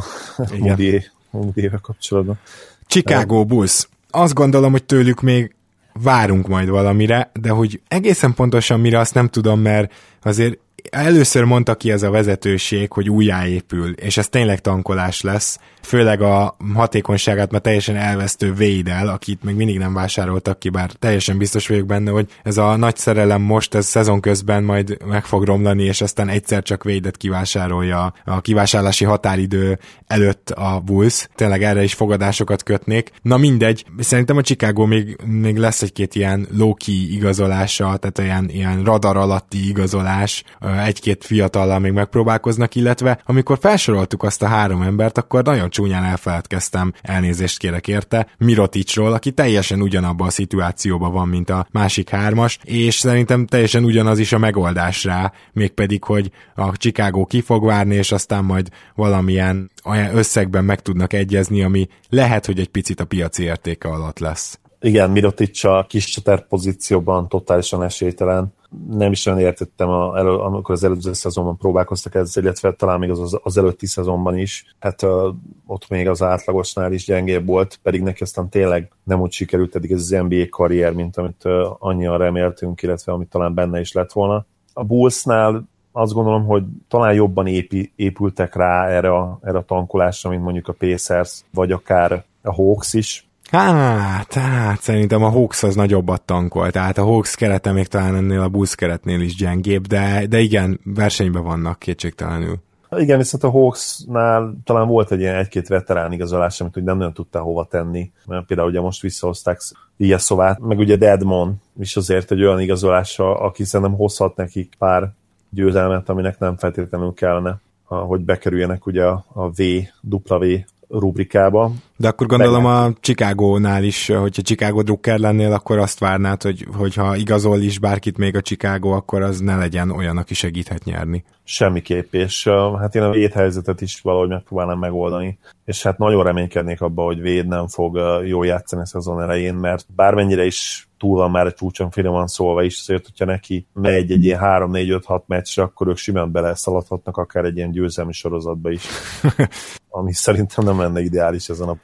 Moody-ével kapcsolatban. Chicago Bulls. Azt gondolom, hogy tőlük még várunk majd valamire, de hogy egészen pontosan mire, azt nem tudom, mert azért először mondta ki ez a vezetőség, hogy újjáépül, és ez tényleg tankolás lesz, főleg a hatékonyságát már teljesen elvesztő Wade-el, akit még mindig nem vásároltak ki, bár teljesen biztos vagyok benne, hogy ez a nagy szerelem most, ez szezon közben majd meg fog romlani, és aztán egyszer csak Wade-et kivásárolja a kivásárlási határidő előtt a Bulls. Tényleg erre is fogadásokat kötnék. Na mindegy, szerintem a Chicago még, még lesz egy-két ilyen low-key igazolása, tehát ilyen, ilyen radar alatti igazolás, egy-két fiatallal még megpróbálkoznak, illetve amikor felsoroltuk azt a három embert, akkor nagyon csúnyán elfeledkeztem, elnézést kérek érte, Miroticsról, aki teljesen ugyanabban a szituációban van, mint a másik hármas, és szerintem teljesen ugyanaz is a megoldás rá, mégpedig, hogy a Chicago ki fog várni, és aztán majd valamilyen olyan összegben meg tudnak egyezni, ami lehet, hogy egy picit a piaci értéke alatt lesz. Igen, Mirotic a kis csatár pozícióban totálisan esélytelen. Nem is olyan értettem, a, elő, amikor az előző szezonban próbálkoztak ezzel, illetve talán még az, az előtti szezonban is. Hát uh, ott még az átlagosnál is gyengébb volt, pedig neki aztán tényleg nem úgy sikerült eddig ez az en bé á karrier, mint amit uh, annyian reméltünk, illetve amit talán benne is lett volna. A Bullsnál azt gondolom, hogy talán jobban épi, épültek rá erre a, erre a tankolásra, mint mondjuk a Pacers, vagy akár a Hawks is. Hát, hát, szerintem a Hawks az nagyobbat tankol, tehát a Hawks kerete még talán ennél a Bulls keretnél is gyengébb, de, de igen, versenyben vannak kétségtelenül. Igen, viszont a Hawksnál talán volt egy ilyen egy-két veterán igazolás, amit úgy nem nagyon tudtál hova tenni, mert például ugye most visszahozták Ilyeszovát, meg ugye Dedmon is azért egy olyan igazolása, aki szerintem hozhat nekik pár győzelmet, aminek nem feltétlenül kellene, hogy bekerüljenek ugye a V, W rubrikába. De akkor gondolom a Chicagónál is, hogyha Chicago Drucker lennél, akkor azt várnád, hogy, hogyha igazol is bárkit még a Chicago, akkor az ne legyen olyan, aki segíthet nyerni. Semmiképp, és hát én a védhelyzetet is valahogy megpróbálnám megoldani, és hát nagyon reménykednék abba, hogy Véd nem fog jól játszani a szezon elején, mert bármennyire is túl van már egy csúcson finoman szólva is, azért, hogyha neki megy egy ilyen három négy öt hat meccsre, akkor ők simán beleszaladhatnak akár egy ilyen győzelmi sorozatba is, ami szerintem nem lenne ideális ezen a ponton.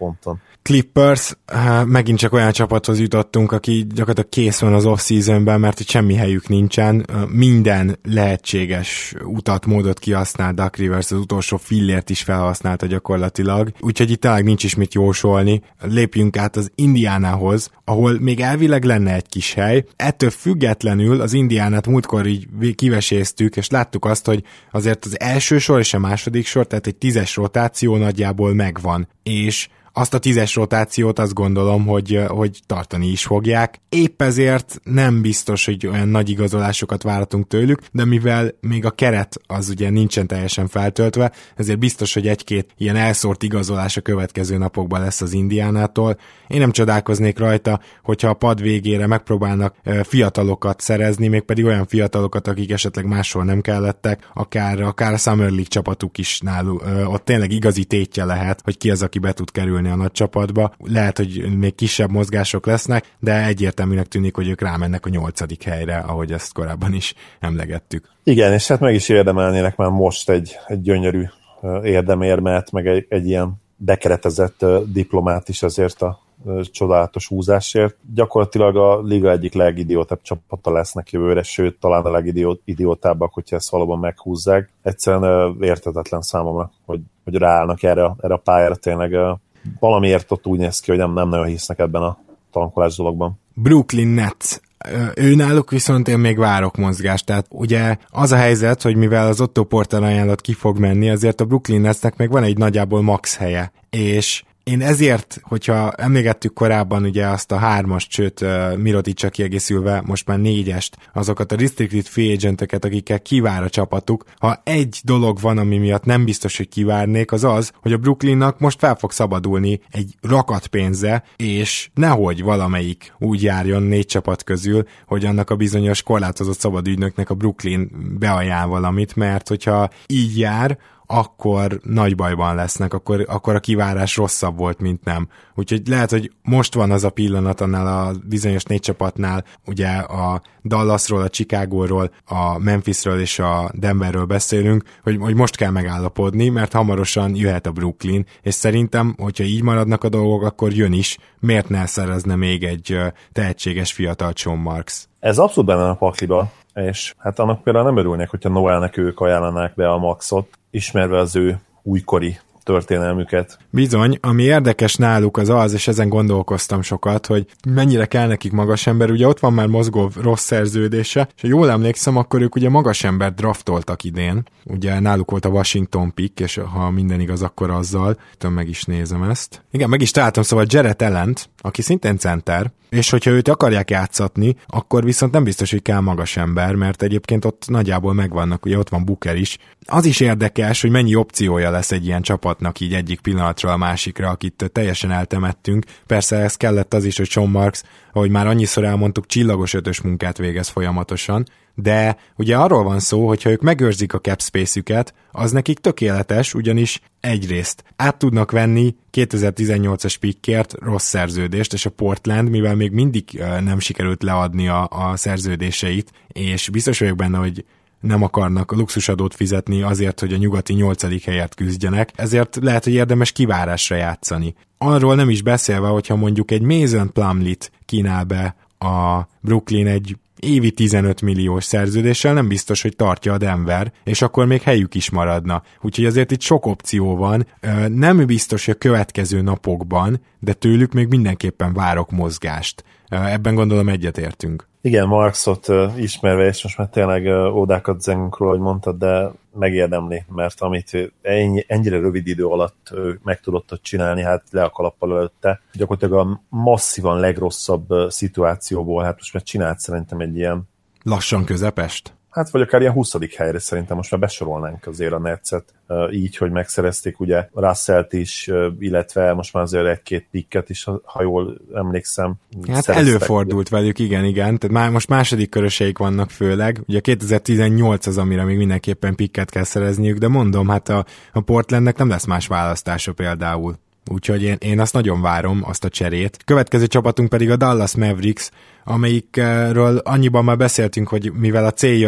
ponton. Clippers, megint csak olyan csapathoz jutottunk, aki gyakorlatilag kész van az off-seasonben, mert hogy semmi helyük nincsen, minden lehetséges utat, módot kihasznált Doc Rivers, az utolsó fillért is felhasználta gyakorlatilag, úgyhogy itt tényleg nincs is mit jósolni. Lépjünk át az Indiánához, ahol még elvileg lenne egy kis hely. Ettől függetlenül az Indiánát múltkor így kiveséztük, és láttuk azt, hogy azért az első sor és a második sor, tehát egy tízes rotáció nagyjából megvan, és azt a tízes rotációt azt gondolom, hogy, hogy tartani is fogják. Épp ezért nem biztos, hogy olyan nagy igazolásokat várhatunk tőlük, de mivel még a keret az ugye nincsen teljesen feltöltve, ezért biztos, hogy egy-két ilyen elszórt igazolás a következő napokban lesz az Indiánától. Én nem csodálkoznék rajta, hogyha a pad végére megpróbálnak fiatalokat szerezni, mégpedig olyan fiatalokat, akik esetleg máshol nem kellettek, akár, akár a Summer League csapatuk is náluk. Ott tényleg igazi tétje lehet, hogy ki az, aki be tud kerülni a nagy csapatba. Lehet, hogy még kisebb mozgások lesznek, de egyértelműnek tűnik, hogy ők rámennek a nyolcadik helyre, ahogy ezt korábban is emlegettük. Igen, és hát meg is érdemelnének már most egy, egy gyönyörű érdemérmet, meg egy, egy ilyen bekeretezett diplomát is azért a csodálatos húzásért. Gyakorlatilag a liga egyik legidiótabb csapata lesznek jövőre, sőt, talán a legidiótábbak, hogyha ezt valóban meghúzzák. Egyszerűen érthetetlen számomra, hogy, hogy ráállnak erre, erre a pályára, tényleg valamiért ott úgy néz ki, hogy nem, nem nagyon hisznek ebben a tankolás dologban. Brooklyn Nets. Ő náluk viszont én még várok mozgást, tehát ugye az a helyzet, hogy mivel az Otto Porter ajánlat ki fog menni, azért a Brooklyn Netsnek még van egy nagyjából max helye, és én ezért, hogyha emlégettük korábban ugye azt a hármast, sőt uh, Miroticsa kiegészülve most már négyest, azokat a restricted free agenteket, akikkel kivár a csapatuk, ha egy dolog van, ami miatt nem biztos, hogy kivárnék, az az, hogy a Brooklynnak most fel fog szabadulni egy rakat pénze, és nehogy valamelyik úgy járjon négy csapat közül, hogy annak a bizonyos korlátozott szabadügynöknek a Brooklyn beajánl valamit, mert hogyha így jár, akkor nagy bajban lesznek, akkor, akkor a kivárás rosszabb volt, mint nem. Úgyhogy lehet, hogy most van az a pillanat annál a bizonyos négy csapatnál, ugye a Dallasról, a Chicagóról, a Memphisről és a Denverről beszélünk, hogy, hogy most kell megállapodni, mert hamarosan jöhet a Brooklyn, és szerintem, hogyha így maradnak a dolgok, akkor jön is. Miért ne szerezne még egy tehetséges fiatal Sean Marks? Ez abszolút benne a pakliba, és hát annak például nem örülnék, hogyha Noelnek ők ajánlanák be a maxot, ismerve az ő újkori történelmüket. Bizony, ami érdekes náluk az az, és ezen gondolkoztam sokat, hogy mennyire kell nekik magas ember, ugye ott van már Mozgov rossz szerződése, és ha jól emlékszem, akkor ők ugye magas ember draftoltak idén, ugye náluk volt a Washington pick, és ha minden igaz, akkor azzal, tudom, meg is nézem ezt. Igen, meg is találtam, szóval Jarrett Allent, aki szintén center, és hogyha őt akarják játszatni, akkor viszont nem biztos, hogy kell magas ember, mert egyébként ott nagyjából megvannak, ugye ott van Booker is. Az is érdekes, hogy mennyi opciója lesz egy ilyen csapatnak így egyik pillanatról a másikra, akit teljesen eltemettünk. Persze ez kellett az is, hogy Sean Marks, ahogy már annyiszor elmondtuk, csillagos ötös munkát végez folyamatosan, de ugye arról van szó, hogyha ők megőrzik a cap space-üket, az nekik tökéletes, ugyanis egyrészt át tudnak venni kétezer-tizennyolcas pickért rossz szerződést, és a Portland, mivel még mindig nem sikerült leadni a, a szerződéseit, és biztos vagyok benne, hogy nem akarnak luxusadót fizetni azért, hogy a nyugati nyolcadik helyet küzdjenek, ezért lehet, hogy érdemes kivárásra játszani. Arról nem is beszélve, hogyha mondjuk egy Mason Plumlee-t kínál be a Brooklyn egy évi tizenöt milliós szerződéssel, nem biztos, hogy tartja a Denver, és akkor még helyük is maradna. Úgyhogy azért itt sok opció van. Nem biztos, hogy a következő napokban, de tőlük még mindenképpen várok mozgást. Ebben gondolom egyetértünk. Igen, Marksot uh, ismerve, és most már tényleg uh, ódákat zengünk róla, hogy mondtad, de megérdemli, mert amit ennyi, ennyire rövid idő alatt uh, meg tudott ott csinálni, hát le a kalappal előtte. Gyakorlatilag a masszívan legrosszabb uh, szituációból, hát most már csinált szerintem egy ilyen... Lassan közepest? Hát vagy akár ilyen huszadik helyre szerintem most már besorolnánk azért a Netset, így, hogy megszerezték ugye Russellt is, illetve most már azért egy-két picket is, ha jól emlékszem. Hát előfordult velük, igen, igen, tehát már most második köröseik vannak főleg, ugye kétezer-tizennyolc az, amire még mindenképpen picket kell szerezniük, de mondom, hát a, a Portlandnek nem lesz más választása például. Úgyhogy én, én azt nagyon várom, azt a cserét. Következő csapatunk pedig a Dallas Mavericks, amelyikről annyiban már beszéltünk, hogy mivel a céljai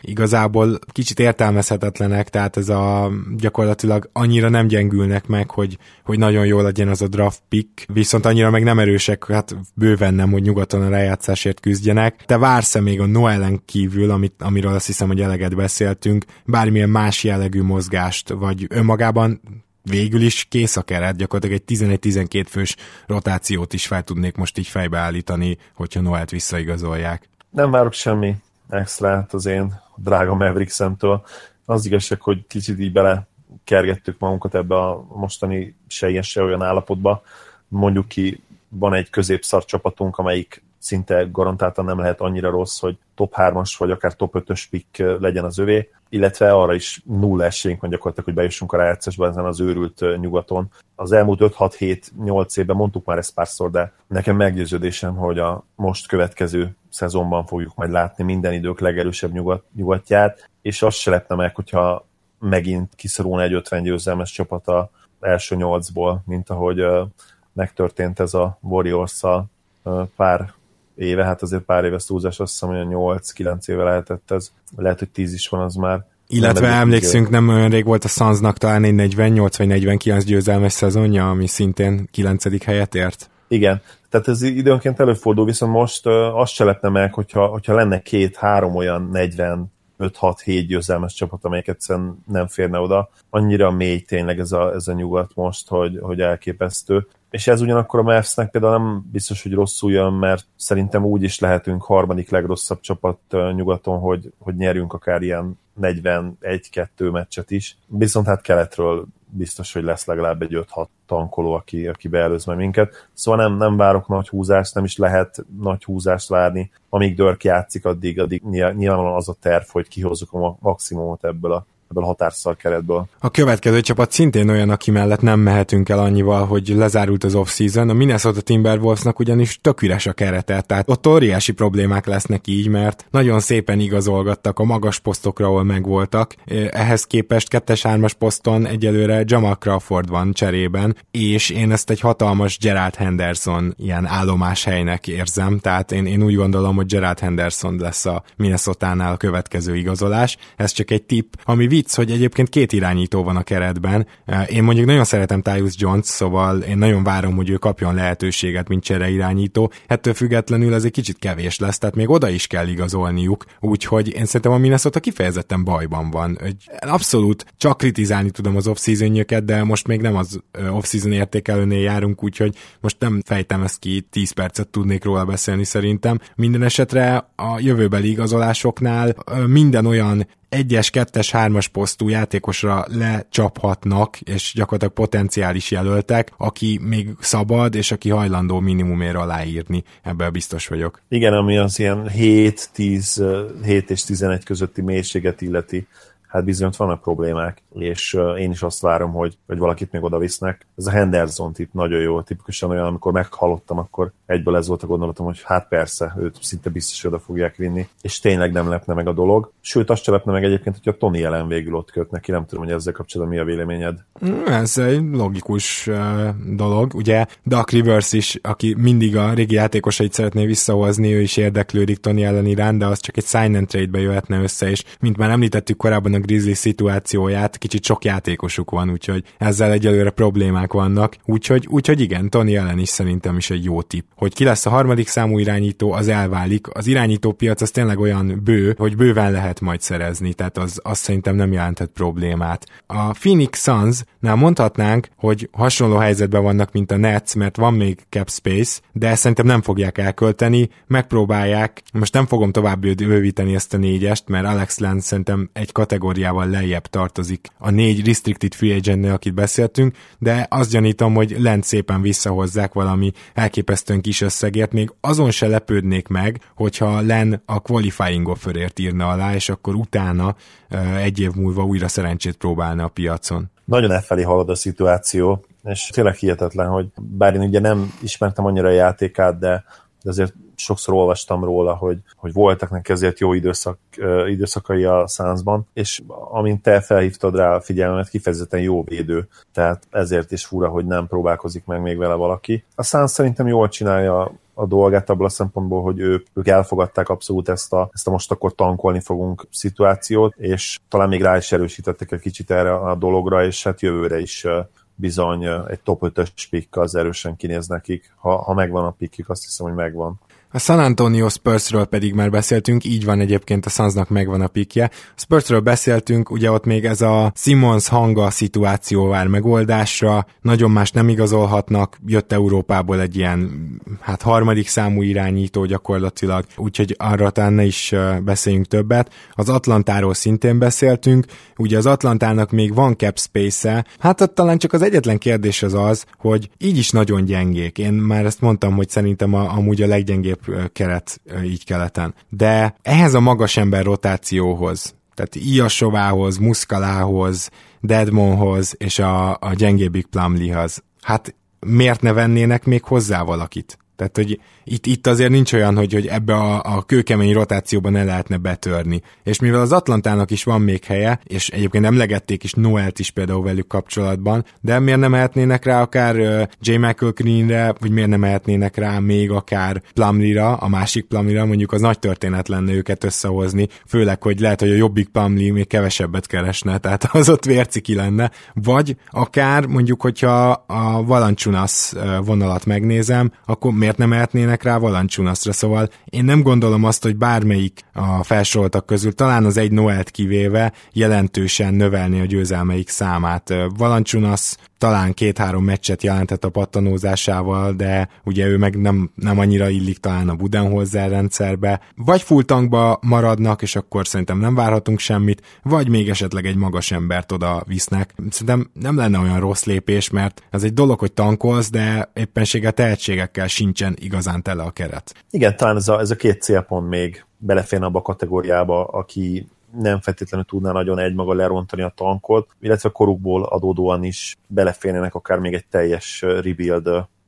igazából kicsit értelmezhetetlenek, tehát ez a gyakorlatilag annyira nem gyengülnek meg, hogy, hogy nagyon jól legyen az a draft pick, viszont annyira meg nem erősek, hát bőven nem, hogy nyugaton a rájátszásért küzdjenek. Te vársz-e még a Noelen kívül, amit, amiről azt hiszem, hogy eleget beszéltünk, bármilyen más jellegű mozgást, vagy önmagában végül is kész a keret, gyakorlatilag egy tizenegy-tizenkét fős rotációt is fel tudnék most így fejbe állítani, hogyha Noelt visszaigazolják. Nem várok semmi extrát az én drága Mavericks-emtől. Az igazság, hogy kicsit így bele kergettük magunkat ebbe a mostani se ilyen, se olyan állapotba. Mondjuk ki, van egy középszar csapatunk, amelyik szinte garantáltan nem lehet annyira rossz, hogy top hármas vagy akár top ötös pick legyen az övé, illetve arra is nulla esélyünk van gyakorlatilag, hogy bejussunk a rájátszásba ezen az őrült nyugaton. Az elmúlt öt hat hét nyolc évben mondtuk már ezt párszor, de nekem meggyőződésem, hogy a most következő szezonban fogjuk majd látni minden idők legerősebb nyugat, nyugatját, és azt se lepne meg, hogyha megint kiszorulna egy ötven győzelmes csapat az első nyolcból, mint ahogy uh, megtörtént ez a Warriors-szal uh, pár éve, hát azért pár éves túlzás, azt hiszem, hogy nyolc-kilenc éve lehetett ez, lehet, hogy tíz is van az már. Illetve nem emlékszünk, nem olyan rég volt a Sunsnak talán egy negyvennyolc vagy negyvenkilenc győzelmes szezonja, ami szintén kilencedik helyet ért. Igen, tehát ez időnként előfordul, viszont most uh, azt se lepne meg, hogyha, hogyha lenne két-három olyan negyvenöt hat hét győzelmes csapat, amelyek egyszerűen nem férne oda. Annyira mély tényleg ez a, ez a nyugat most, hogy, hogy elképesztő. És ez ugyanakkor a Mavsnek például nem biztos, hogy rosszul jön, mert szerintem úgy is lehetünk harmadik legrosszabb csapat nyugaton, hogy, hogy nyerjünk akár ilyen negyvenegy kettő meccset is. Viszont hát keletről biztos, hogy lesz legalább egy öt hat tankoló, aki, aki beelőz majd minket. Szóval nem, nem várok nagy húzást, nem is lehet nagy húzást várni. Amíg Dirk játszik, addig, addig nyilvánvalóan az a terv, hogy kihozzuk a maximumot ebből a ebből a határszal keretből. A következő csapat szintén olyan, aki mellett nem mehetünk el annyival, hogy lezárult az off-season. A Minnesota Timberwolvesnak ugyanis tök üres a kerete, tehát ott óriási problémák lesznek így, mert nagyon szépen igazolgattak a magas posztokra, ahol megvoltak. Ehhez képest kettes-hármas poszton egyelőre Jamal Crawford van cserében, és én ezt egy hatalmas Gerald Henderson ilyen állomáshelynek érzem, tehát én, én úgy gondolom, hogy Gerald Henderson lesz a Minnesotánál a következő igazolás. Ez csak egy tipp, ami vicc, hogy egyébként két irányító van a keretben. Én mondjuk nagyon szeretem Tyus Jones, szóval én nagyon várom, hogy ő kapjon lehetőséget, mint csere irányító. Ettől függetlenül ez egy kicsit kevés lesz, tehát még oda is kell igazolniuk, úgyhogy én szerintem a Minnesota kifejezetten bajban van. Abszolút csak kritizálni tudom az off-seasonjöket, de most még nem az off-season értékelőnél járunk, úgyhogy most nem fejtem ezt ki, tíz percet tudnék róla beszélni szerintem. Minden esetre a jövőbeli igazolásoknál minden olyan egyes, kettes, hármas posztú játékosra lecsaphatnak, és gyakorlatilag potenciális jelöltek, aki még szabad, és aki hajlandó minimumért aláírni. Ebben biztos vagyok. Igen, ami az ilyen hét, tíz, hét és tizenegy közötti mélységet illeti, hát bizony vannak problémák, és én is azt várom, hogy, hogy valakit még oda visznek. Ez a Henderson tipp nagyon jó, tipikusan olyan, amikor meghallottam, akkor egyből ez volt a gondolatom, hogy hát persze, őt szinte biztos, hogy oda fogják vinni, és tényleg nem lepne meg a dolog. Sőt, azt se lepne meg egyébként, hogy a Tony Allen végül ott köt neki, nem tudom, hogy ezzel kapcsolatban mi a véleményed. Ez egy logikus uh, dolog, ugye Doc Rivers is, aki mindig a régi játékosait szeretné visszahozni, ő is érdeklődik Tony Allen iránt, de az csak egy sign and trade-be jöhetne össze, és mint már említettük korábban a Grizzlies szituációját, kicsit sok játékosuk van, úgyhogy ezzel egyelőre problémák vannak, úgyhogy, úgyhogy igen, Tony Allen is szerintem is egy jó tipp. Hogy ki lesz a harmadik számú irányító, az elválik. Az irányítópiac az tényleg olyan bő, hogy bőven lehet majd szerezni, tehát az, az szerintem nem jelenthet problémát. A Phoenix Suns-nál mondhatnánk, hogy hasonló helyzetben vannak, mint a Nets, mert van még cap space, de szerintem nem fogják elkölteni, megpróbálják, most nem fogom tovább bővíteni ezt a négyest, mert Alex Len szerintem egy kategóriával lejjebb tartozik a négy restricted free agentnél, akit beszéltünk, de azt gyanítom, hogy Lent szépen visszahozzák valami elképesztően kis összegért, még azon se lepődnék meg, hogyha Len a qualifying offerért írna alá, és akkor utána egy év múlva újra szerencsét próbálna a piacon. Nagyon elfelé halad a szituáció, és tényleg hihetetlen, hogy bár én ugye nem ismertem annyira a játékát, de azért sokszor olvastam róla, hogy, hogy voltak neki azért jó időszak, uh, időszakai a Sunsban, és amint te felhívtad rá a figyelmet, kifejezetten jó védő, tehát ezért is fura, hogy nem próbálkozik meg még vele valaki. A Suns szerintem jól csinálja a dolgát abból a szempontból, hogy ők, ők elfogadták abszolút ezt a, ezt a most akkor tankolni fogunk szituációt, és talán még rá is erősítettek egy kicsit erre a dologra, és hát jövőre is bizony egy top ötös pick az erősen kinéz nekik. Ha, ha megvan a pickjük, azt hiszem, hogy megvan. A San Antonio Spursről pedig már beszéltünk, így van egyébként, a Sunsnak megvan a pikje. A Spursről beszéltünk, ugye ott még ez a Simmons hanga szituáció vár megoldásra, nagyon más nem igazolhatnak, jött Európából egy ilyen hát harmadik számú irányító gyakorlatilag, úgyhogy arra talán ne is beszéljünk többet. Az Atlantáról szintén beszéltünk, ugye az Atlantának még van cap space-e, hát ott talán csak az egyetlen kérdés az az, hogy így is nagyon gyengék. Én már ezt mondtam, hogy szerintem a, amúgy a leggyengébb keret így keleten. De ehhez a magas ember rotációhoz, tehát Ilyasovához, Muscalához, Dedmonhoz és a, a gyengébbik Plumleehoz, hát miért ne vennének még hozzá valakit? Tehát, hogy itt, itt azért nincs olyan, hogy, hogy ebbe a, a kőkemény rotációban ne lehetne betörni. És mivel az Atlantának is van még helye, és egyébként emlegették is Noelt is például velük kapcsolatban, de miért nem mehetnének rá akár uh, J. Michael Greenre, vagy miért nem mehetnének rá még akár Plumlee-ra, a másik Plumlee-ra, mondjuk az nagy történet lenne őket összehozni, főleg, hogy lehet, hogy a jobbik Plumlee még kevesebbet keresne, tehát az ott vérciki lenne, vagy akár mondjuk, hogyha a Valanciunas vonalat megnézem, akkor miért nem mehetnének rá Valanciunasra, szóval én nem gondolom azt, hogy bármelyik a felsoroltak közül, talán az egy Noelt kivéve jelentősen növelni a győzelmeik számát. Valanciunas talán két-három meccset jelentett a pattanózásával, de ugye ő meg nem, nem annyira illik talán a Budenholzer rendszerbe. Vagy full tankba maradnak, és akkor szerintem nem várhatunk semmit, vagy még esetleg egy magas embert oda visznek. Szerintem nem lenne olyan rossz lépés, mert ez egy dolog, hogy tankolsz, de éppenséggel tehetségekkel sincsen igazán tele a keret. Igen, talán ez a, ez a két célpont még beleférne abba a kategóriába, aki nem feltétlenül tudná nagyon egymaga lerontani a tankot, illetve korukból adódóan is beleférnének akár még egy teljes rebuild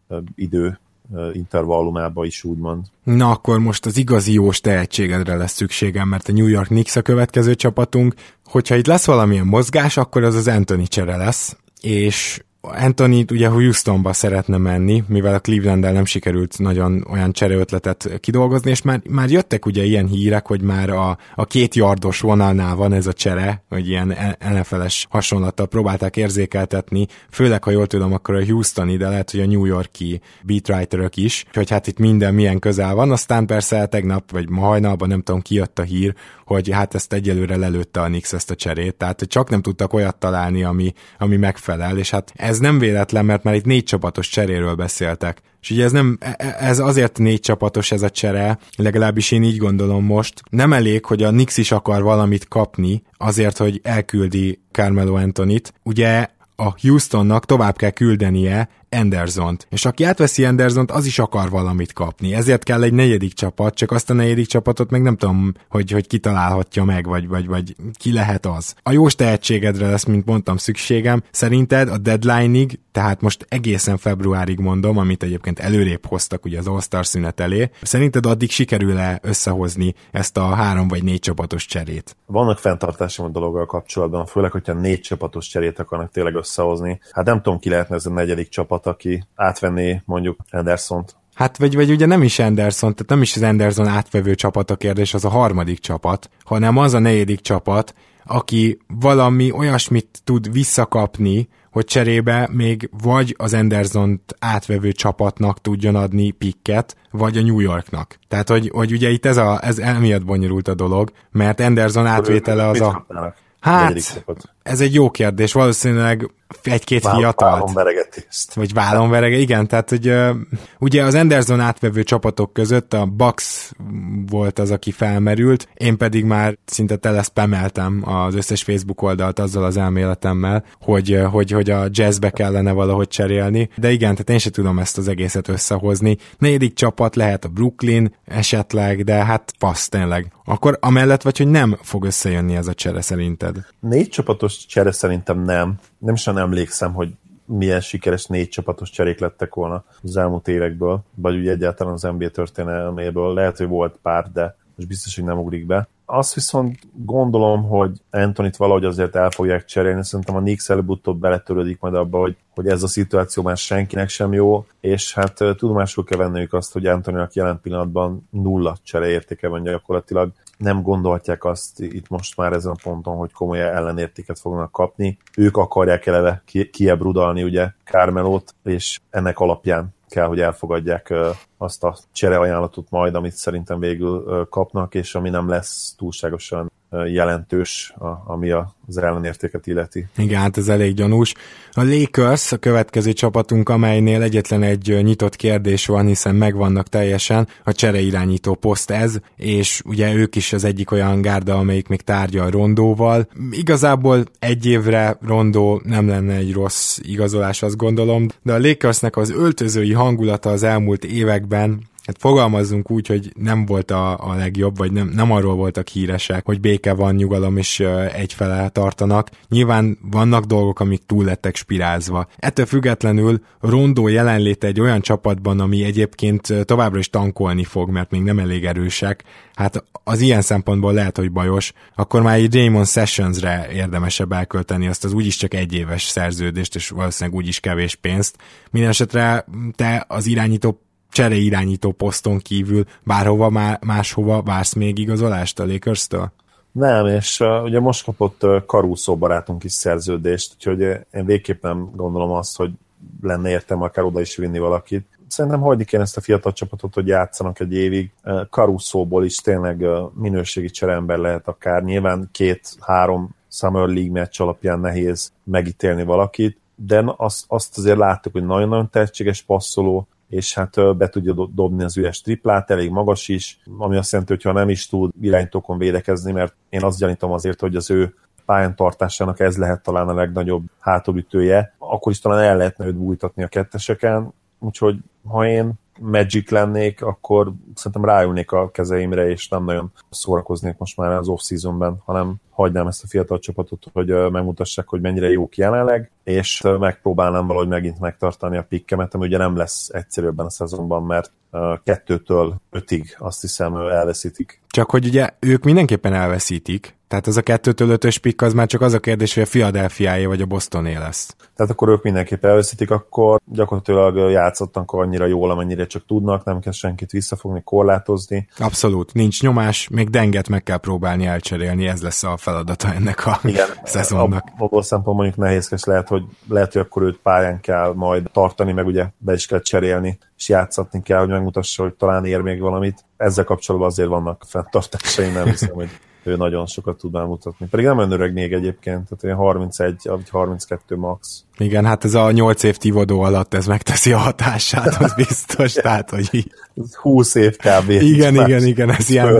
idő intervallumába is, úgymond. Na akkor most az igazi jós tehetségedre lesz szükségem, mert a New York Knicks a következő csapatunk. Hogyha itt lesz valamilyen mozgás, akkor az az Anthony csere lesz, és Anthony ugye Houstonba szeretne menni, mivel a Clevelanddel nem sikerült nagyon olyan csereötletet kidolgozni, és már, már jöttek ugye ilyen hírek, hogy már a, a két yardos vonalnál van ez a csere, hogy ilyen en ef el-es hasonlattal próbálták érzékeltetni, főleg ha jól tudom, akkor a Houstoni, de lehet, hogy a New Yorki beatwriterök is, hogy hát itt minden milyen közel van, aztán persze tegnap, vagy ma hajnalban nem tudom, kijött a hír, hogy hát ezt egyelőre lelőtte a Knicks ezt a cserét, tehát hogy csak nem tudtak olyat találni, ami, ami megfelel, és hát ez nem véletlen, mert már itt négy csapatos cseréről beszéltek. És ugye ez, nem, ez azért négy csapatos ez a csere, legalábbis én így gondolom most. Nem elég, hogy a Knicks is akar valamit kapni, azért, hogy elküldi Carmelo Anthonyt. Ugye a Houstonnak tovább kell küldenie Andersont. És aki átveszi Andersont, az is akar valamit kapni. Ezért kell egy negyedik csapat, csak azt a negyedik csapatot meg nem tudom, hogy, hogy kitalálhatja meg, vagy, vagy, vagy ki lehet az. A jós tehetségedre lesz, mint mondtam, szükségem. Szerinted a deadline-ig, tehát most egészen februárig mondom, amit egyébként előrébb hoztak ugye az All-Star szünet elé, szerinted addig sikerül-e összehozni ezt a három vagy négy csapatos cserét? Vannak fenntartásom a dologgal kapcsolatban, főleg, hogyha négy csapatos cserét akarnak tényleg összehozni. Hát nem tudom, ki lehetne ez a negyedik csapat, aki átvenné mondjuk Andersont. Hát vagy, vagy ugye nem is Anderson, tehát nem is az Anderson átvevő csapat a kérdés, az a harmadik csapat, hanem az a negyedik csapat, aki valami olyasmit tud visszakapni, hogy cserébe még vagy az Andersont átvevő csapatnak tudjon adni picket, vagy a New Yorknak. Tehát, hogy, hogy ugye itt ez, a, ez emiatt bonyolult a dolog, mert Anderson átvétele az a... Hát, ez egy jó kérdés, valószínűleg egy-két Vál, fiatalt. Válon veregetést. Vagy válon verege, igen, tehát hogy uh, ugye az Anderson átvevő csapatok között a Bucks volt az, aki felmerült, én pedig már szinte teleszpemeltem az összes Facebook oldalt azzal az elméletemmel, hogy, uh, hogy, hogy a Jazzbe kellene valahogy cserélni, de igen, tehát én sem tudom ezt az egészet összehozni. Negyedik csapat lehet a Brooklyn esetleg, de hát passz tényleg. Akkor amellett vagy, hogy nem fog összejönni ez a csere szerinted? Négy csapatos csere szerintem nem. Nem is olyan emlékszem, hogy milyen sikeres négy csapatos cserék lettek volna az elmúlt évekből, vagy ugye egyáltalán az en bé á történelméből. Lehet, hogy volt pár, de most biztos, hogy nem ugrik be. Azt viszont gondolom, hogy Anthonyt valahogy azért el fogják cserélni, szerintem a Knicks előbb-utóbb beletörődik majd abba, hogy, hogy ez a szituáció már senkinek sem jó, és hát tudomásul kell venniük azt, hogy Anthonynak jelen pillanatban nulla csereértéke van gyakorlatilag. Nem gondolhatják azt itt most már ezen a ponton, hogy komoly ellenértéket fognak kapni. Ők akarják eleve kiebb rudalni ugye Carmelót, és ennek alapján kell, hogy elfogadják azt a csereajánlatot majd, amit szerintem végül kapnak, és ami nem lesz túlságosan jelentős, ami az ellenértéket illeti. Igen, hát ez elég gyanús. A Lakers a következő csapatunk, amelynél egyetlen egy nyitott kérdés van, hiszen megvannak teljesen, a csereirányító poszt ez, és ugye ők is az egyik olyan gárda, amelyik még tárgyal Rondóval. Igazából egy évre Rondó nem lenne egy rossz igazolás, azt gondolom, de a Lakersnek az öltözői hangulata az elmúlt években, hát fogalmazzunk úgy, hogy nem volt a, a legjobb, vagy nem, nem arról voltak híresek, hogy béke van, nyugalom és egyfele tartanak. Nyilván vannak dolgok, amik túl lettek spirázva. Ettől függetlenül Rondó jelenléte egy olyan csapatban, ami egyébként továbbra is tankolni fog, mert még nem elég erősek, hát az ilyen szempontból lehet, hogy bajos, akkor már egy Raymond Sessionsre érdemesebb elkölteni azt az úgyis csak egy éves szerződést, és valószínűleg úgyis kevés pénzt. Mindenesetre te az irányító csereirányító poszton kívül bárhova má, máshova vársz még igazolást a Lakers-től? Nem, és uh, ugye most kapott uh, Caruso barátunk is szerződést, úgyhogy uh, én végképp nem gondolom azt, hogy lenne értelme akár oda is vinni valakit. Szerintem hagyni kéne ezt a fiatal csapatot, hogy játszanak egy évig. Uh, Carusoból is tényleg uh, minőségi csereember lehet akár. Nyilván két-három Summer League meccs alapján nehéz megítélni valakit, de azt, azt azért láttuk, hogy nagyon-nagyon tehetséges passzoló, és hát be tudja dobni az üres triplát, elég magas is, ami azt jelenti, hogy ha nem is tud irányítókon védekezni, mert én azt gyanítom azért, hogy az ő pályántartásának ez lehet talán a legnagyobb hátulütője, akkor is talán el lehetne őt bújtatni a ketteseken, úgyhogy ha én Magic lennék, akkor szerintem ráülnék a kezeimre, és nem nagyon szórakoznék most már az off-seasonben, hanem hagynám ezt a fiatal csapatot, hogy megmutassák, hogy mennyire jók jelenleg, és megpróbálnám valahogy megint megtartani a pikkemet, ami ugye nem lesz egyszerűbben a szezonban, mert kettőtől ötig azt hiszem elveszítik. Csak hogy ugye ők mindenképpen elveszítik, tehát az a kettőtől ötös pikk az már csak az a kérdés, hogy a Philadelphiáé vagy a Bostoné lesz. Tehát akkor ők mindenképp elveszítik, akkor gyakorlatilag játszottak annyira jól, amennyire csak tudnak, nem kell senkit visszafogni, korlátozni. Abszolút, nincs nyomás, még Denget meg kell próbálni elcserélni, ez lesz a feladata ennek a igen, szezonnak. Abból szempontból mondjuk nehézkes lehet, hogy lehet, hogy akkor őt pályán kell majd tartani, meg ugye be is kell cserélni, és játszatni kell, hogy megmutassa, hogy talán ér még valamit. Ezzel kapcsolatban azért vannak fenntartásaim, nem hiszem, hogy ő nagyon sokat tud már mutatni. Pedig nem olyan öreg még egyébként, tehát olyan harmincegy vagy harminckettő max. Igen, hát ez a nyolc év Thibodeau alatt ez megteszi a hatását, az biztos, tehát, hogy így... húsz év kb. Igen, igen, igen, ez ilyen...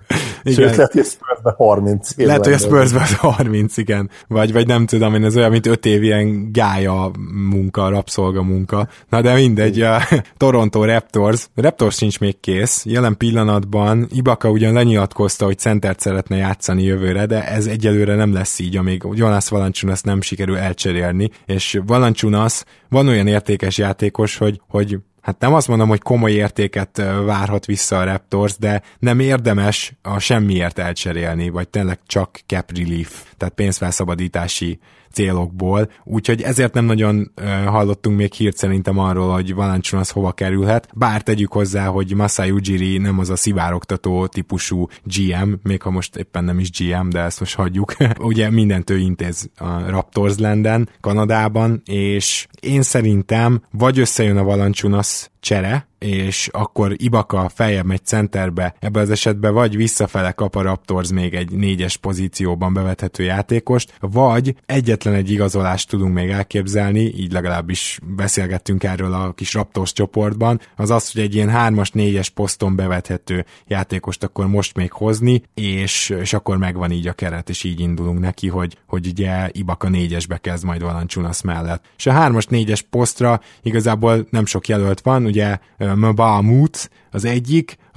Sőt, lehet, hogy Spursben harminc év. Lehet, hogy a Spursben harminc, igen. Vagy, vagy nem tudom én, ez olyan, mint öt év ilyen gája munka, rabszolga munka. Na de mindegy, a Toronto Raptors. A Raptors sincs még kész. Jelen pillanatban Ibaka ugyan lenyilatkozta, hogy centert szeretne játszani jövőre, de ez egyelőre nem lesz így, amíg Jonas Valanciunas nem sikerül elcserélni. És Valanciunas van olyan értékes játékos, hogy, hogy hát nem azt mondom, hogy komoly értéket várhat vissza a Raptors, de nem érdemes a semmiért elcserélni, vagy tényleg csak cap relief, tehát pénzfelszabadítási célokból, úgyhogy ezért nem nagyon uh, hallottunk még hírt szerintem arról, hogy Valanciunas hova kerülhet, bár tegyük hozzá, hogy Masai Ujiri nem az a szivárogtató típusú gé em, még ha most éppen nem is gé em, de ezt most hagyjuk. Ugye mindent ő intéz a Raptors landen, Kanadában, és én szerintem vagy összejön a Valanciunas csere, és akkor Ibaka feljebb megy centerbe, ebben az esetben vagy visszafele kap a Raptors még egy négyes pozícióban bevethető játékost, vagy egyetlen egy igazolást tudunk még elképzelni, így legalábbis beszélgettünk erről a kis Raptors csoportban, az az, hogy egy ilyen hármas, négyes poszton bevethető játékost akkor most még hozni, és, és akkor megvan így a keret, és így indulunk neki, hogy, hogy ugye Ibaka négyesbe kezd majd Valanciunas mellett. És a hármas, négyes posztra igazából nem sok jelölt van, ugye Mbamut az egyik,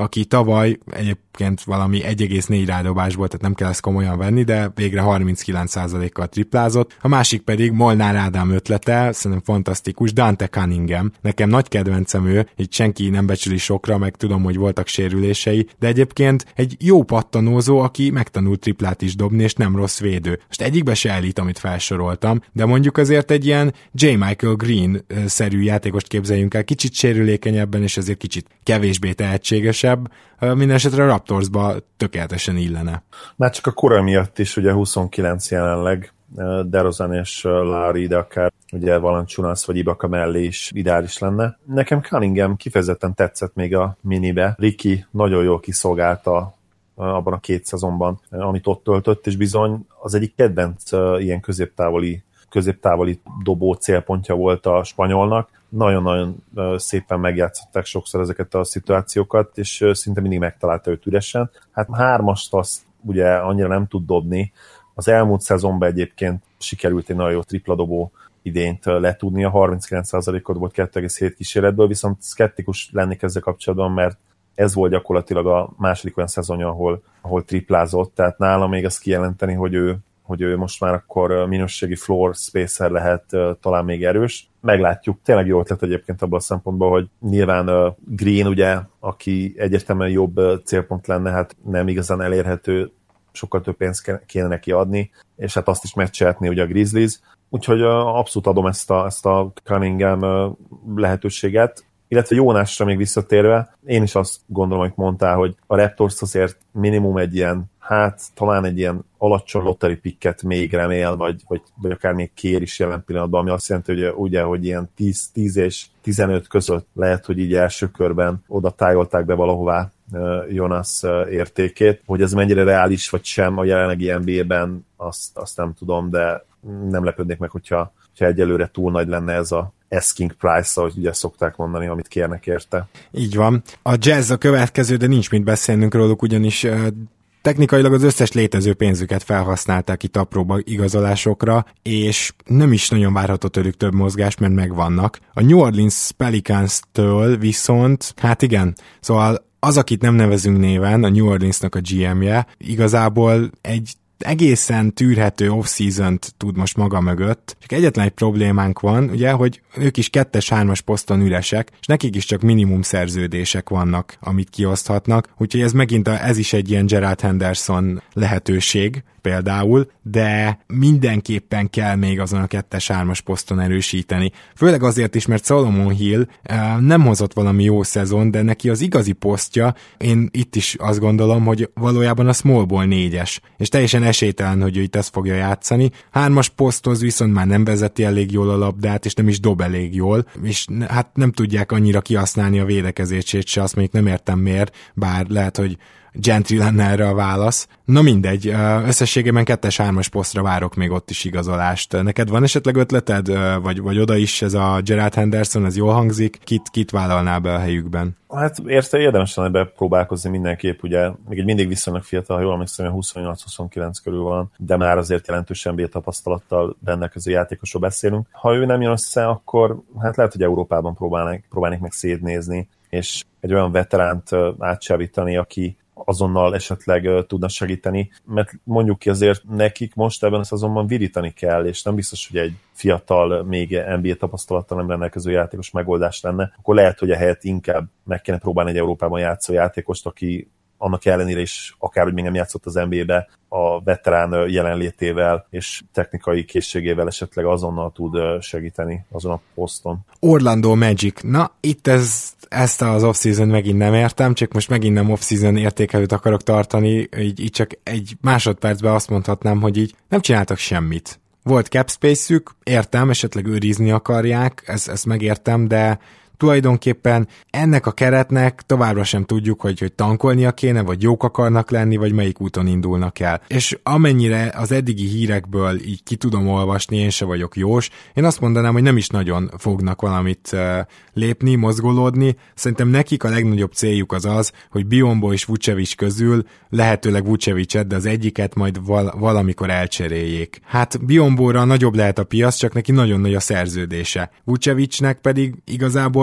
aki tavaly egyébként valami egy egész négy rádobásból, tehát nem kell ezt komolyan venni, de végre harminckilenc százalékkal triplázott. A másik pedig Molnár Ádám ötlete, szerintem fantasztikus, Dante Cunningham. Nekem nagy kedvencem ő, így senki nem becsüli sokra, meg tudom, hogy voltak sérülései, de egyébként egy jó pattanózó, aki megtanult triplát is dobni, és nem rossz védő. Most egyikbe se elít, amit felsoroltam, de mondjuk azért egy ilyen J. Michael Green-szerű játékost képzeljünk el, kicsit sérülékenyebben, és azért kicsit kevésbé tehetségesebb, mindenesetre a Raptorsba tökéletesen illene. Már csak a kora miatt is, ugye huszonkilenc jelenleg, DeRozan és Lowry, de akár ugye Valanciunas vagy Ibaka mellé is ideális lenne. Nekem Cunningham kifejezetten tetszett még a minibe. Ricky nagyon jól kiszolgálta abban a két szezonban, amit ott töltött, és bizony az egyik kedvenc ilyen középtávoli, középtávoli dobó célpontja volt a spanyolnak. Nagyon-nagyon szépen megjátszották sokszor ezeket a szituációkat, és szinte mindig megtalálta őt üresen. Hát hármast azt ugye annyira nem tud dobni. Az elmúlt szezonban egyébként sikerült egy nagyon jó tripladobó idényt letudni, a harminckilenc százalékot volt kettő egész hét kísérletből, viszont szkeptikus lennék ezzel kapcsolatban, mert ez volt gyakorlatilag a második olyan szezonja, ahol, ahol triplázott, tehát nála még azt kijelenteni, hogy ő, hogy ő most már akkor minőségi floor spacer lehet, talán még erős. Meglátjuk, tényleg jó ötlet egyébként abban a szempontból, hogy nyilván Green, ugye, aki egyértelműen jobb célpont lenne, hát nem igazán elérhető, sokkal több pénzt kéne neki adni, és hát azt is meccselhetni ugye a Grizzlies. Úgyhogy abszolút adom ezt a, ezt a Cunningham lehetőséget. Illetve Jónásra még visszatérve, én is azt gondolom, hogy mondtál, hogy a Raptors azért minimum egy ilyen, hát talán egy ilyen alacsony lottery picket még remél, vagy, vagy, vagy akár még kér is jelen pillanatban, ami azt jelenti, hogy ugye, hogy ilyen tíz, tíz és tizenöt között lehet, hogy így első körben oda tájolták be valahová Jonas értékét. Hogy ez mennyire reális vagy sem a jelenlegi en bé á-ben, azt, azt nem tudom, de nem lepődnék meg, hogyha, hogyha egyelőre túl nagy lenne ez a asking price, ahogy ugye szokták mondani, amit kérnek érte. Így van. A Jazz a következő, de nincs mit beszélnünk róluk, ugyanis uh, technikailag az összes létező pénzüket felhasználták itt apróba igazolásokra, és nem is nagyon várható tőlük több mozgás, mert megvannak. A New Orleans Pelicans-től viszont, hát igen, szóval az, akit nem nevezünk néven, a New Orleansnak a gé em-je, igazából egy egészen tűrhető off-season-t tud most maga mögött, csak egyetlen egy problémánk van, ugye, hogy ők is kettes-hármas poszton üresek, és nekik is csak minimum szerződések vannak, amit kioszthatnak, úgyhogy ez megint a, ez is egy ilyen Gerald Henderson lehetőség például, de mindenképpen kell még azon a kettes-hármas poszton erősíteni. Főleg azért is, mert Solomon Hill eh, nem hozott valami jó szezon, de neki az igazi posztja, én itt is azt gondolom, hogy valójában a small ball négyes, és teljesen esélytelen, hogy ő itt ezt fogja játszani. Hármas poszthoz viszont már nem vezeti elég jól a labdát, és nem is dob elég jól, és hát nem tudják annyira kihasználni a védekezését se, azt mondjuk nem értem miért, bár lehet, hogy Gentry lenne erre a válasz. Na mindegy, összességében kettes-hármas posztra várok még ott is igazolást. Neked van esetleg ötleted, vagy, vagy oda is ez a Gerald Henderson, ez jól hangzik? Kit, kit vállalnál be a helyükben? Hát érte érdemes lenne bepróbálkozni mindenképp, ugye még egy mindig viszonylag fiatal, ha jól emlékszem, huszonnyolc-huszonkilenc körül van, de már azért jelentős en bé á tapasztalattal rendelkező játékosról beszélünk. Ha ő nem jön össze, akkor hát lehet, hogy Európában próbálnék, próbálnék meg szétnézni, és egy olyan veteránt átsávítani, aki azonnal esetleg uh, tudna segíteni, mert mondjuk ki azért nekik most ebben a szezonban virítani kell, és nem biztos, hogy egy fiatal, még en bé á tapasztalattal nem rendelkező játékos megoldás lenne, akkor lehet, hogy ehelyett inkább meg kéne próbálni egy Európában játszó játékost, aki annak ellenére is, akár hogy még nem játszott az en bé á-be, a veterán jelenlétével és technikai készségével esetleg azonnal tud segíteni azon a poszton. Orlando Magic. Na, itt ez, ezt az off-season megint nem értem, csak most megint nem off-season értékelőt akarok tartani, így, így csak egy másodpercben azt mondhatnám, hogy így nem csináltak semmit. Volt cap space-ük, értem, esetleg őrizni akarják, ezt, ezt megértem, de tulajdonképpen ennek a keretnek továbbra sem tudjuk, hogy, hogy tankolnia kéne, vagy jók akarnak lenni, vagy melyik úton indulnak el. És amennyire az eddigi hírekből így ki tudom olvasni, én se vagyok jós, én azt mondanám, hogy nem is nagyon fognak valamit uh, lépni, mozgolódni. Szerintem nekik a legnagyobb céljuk az az, hogy Biyombo és Vucevic közül lehetőleg Vucevicet, de az egyiket majd val- valamikor elcseréljék. Hát Biyombóra nagyobb lehet a piac, csak neki nagyon nagy a szerződése. Vucevicnek pedig igazából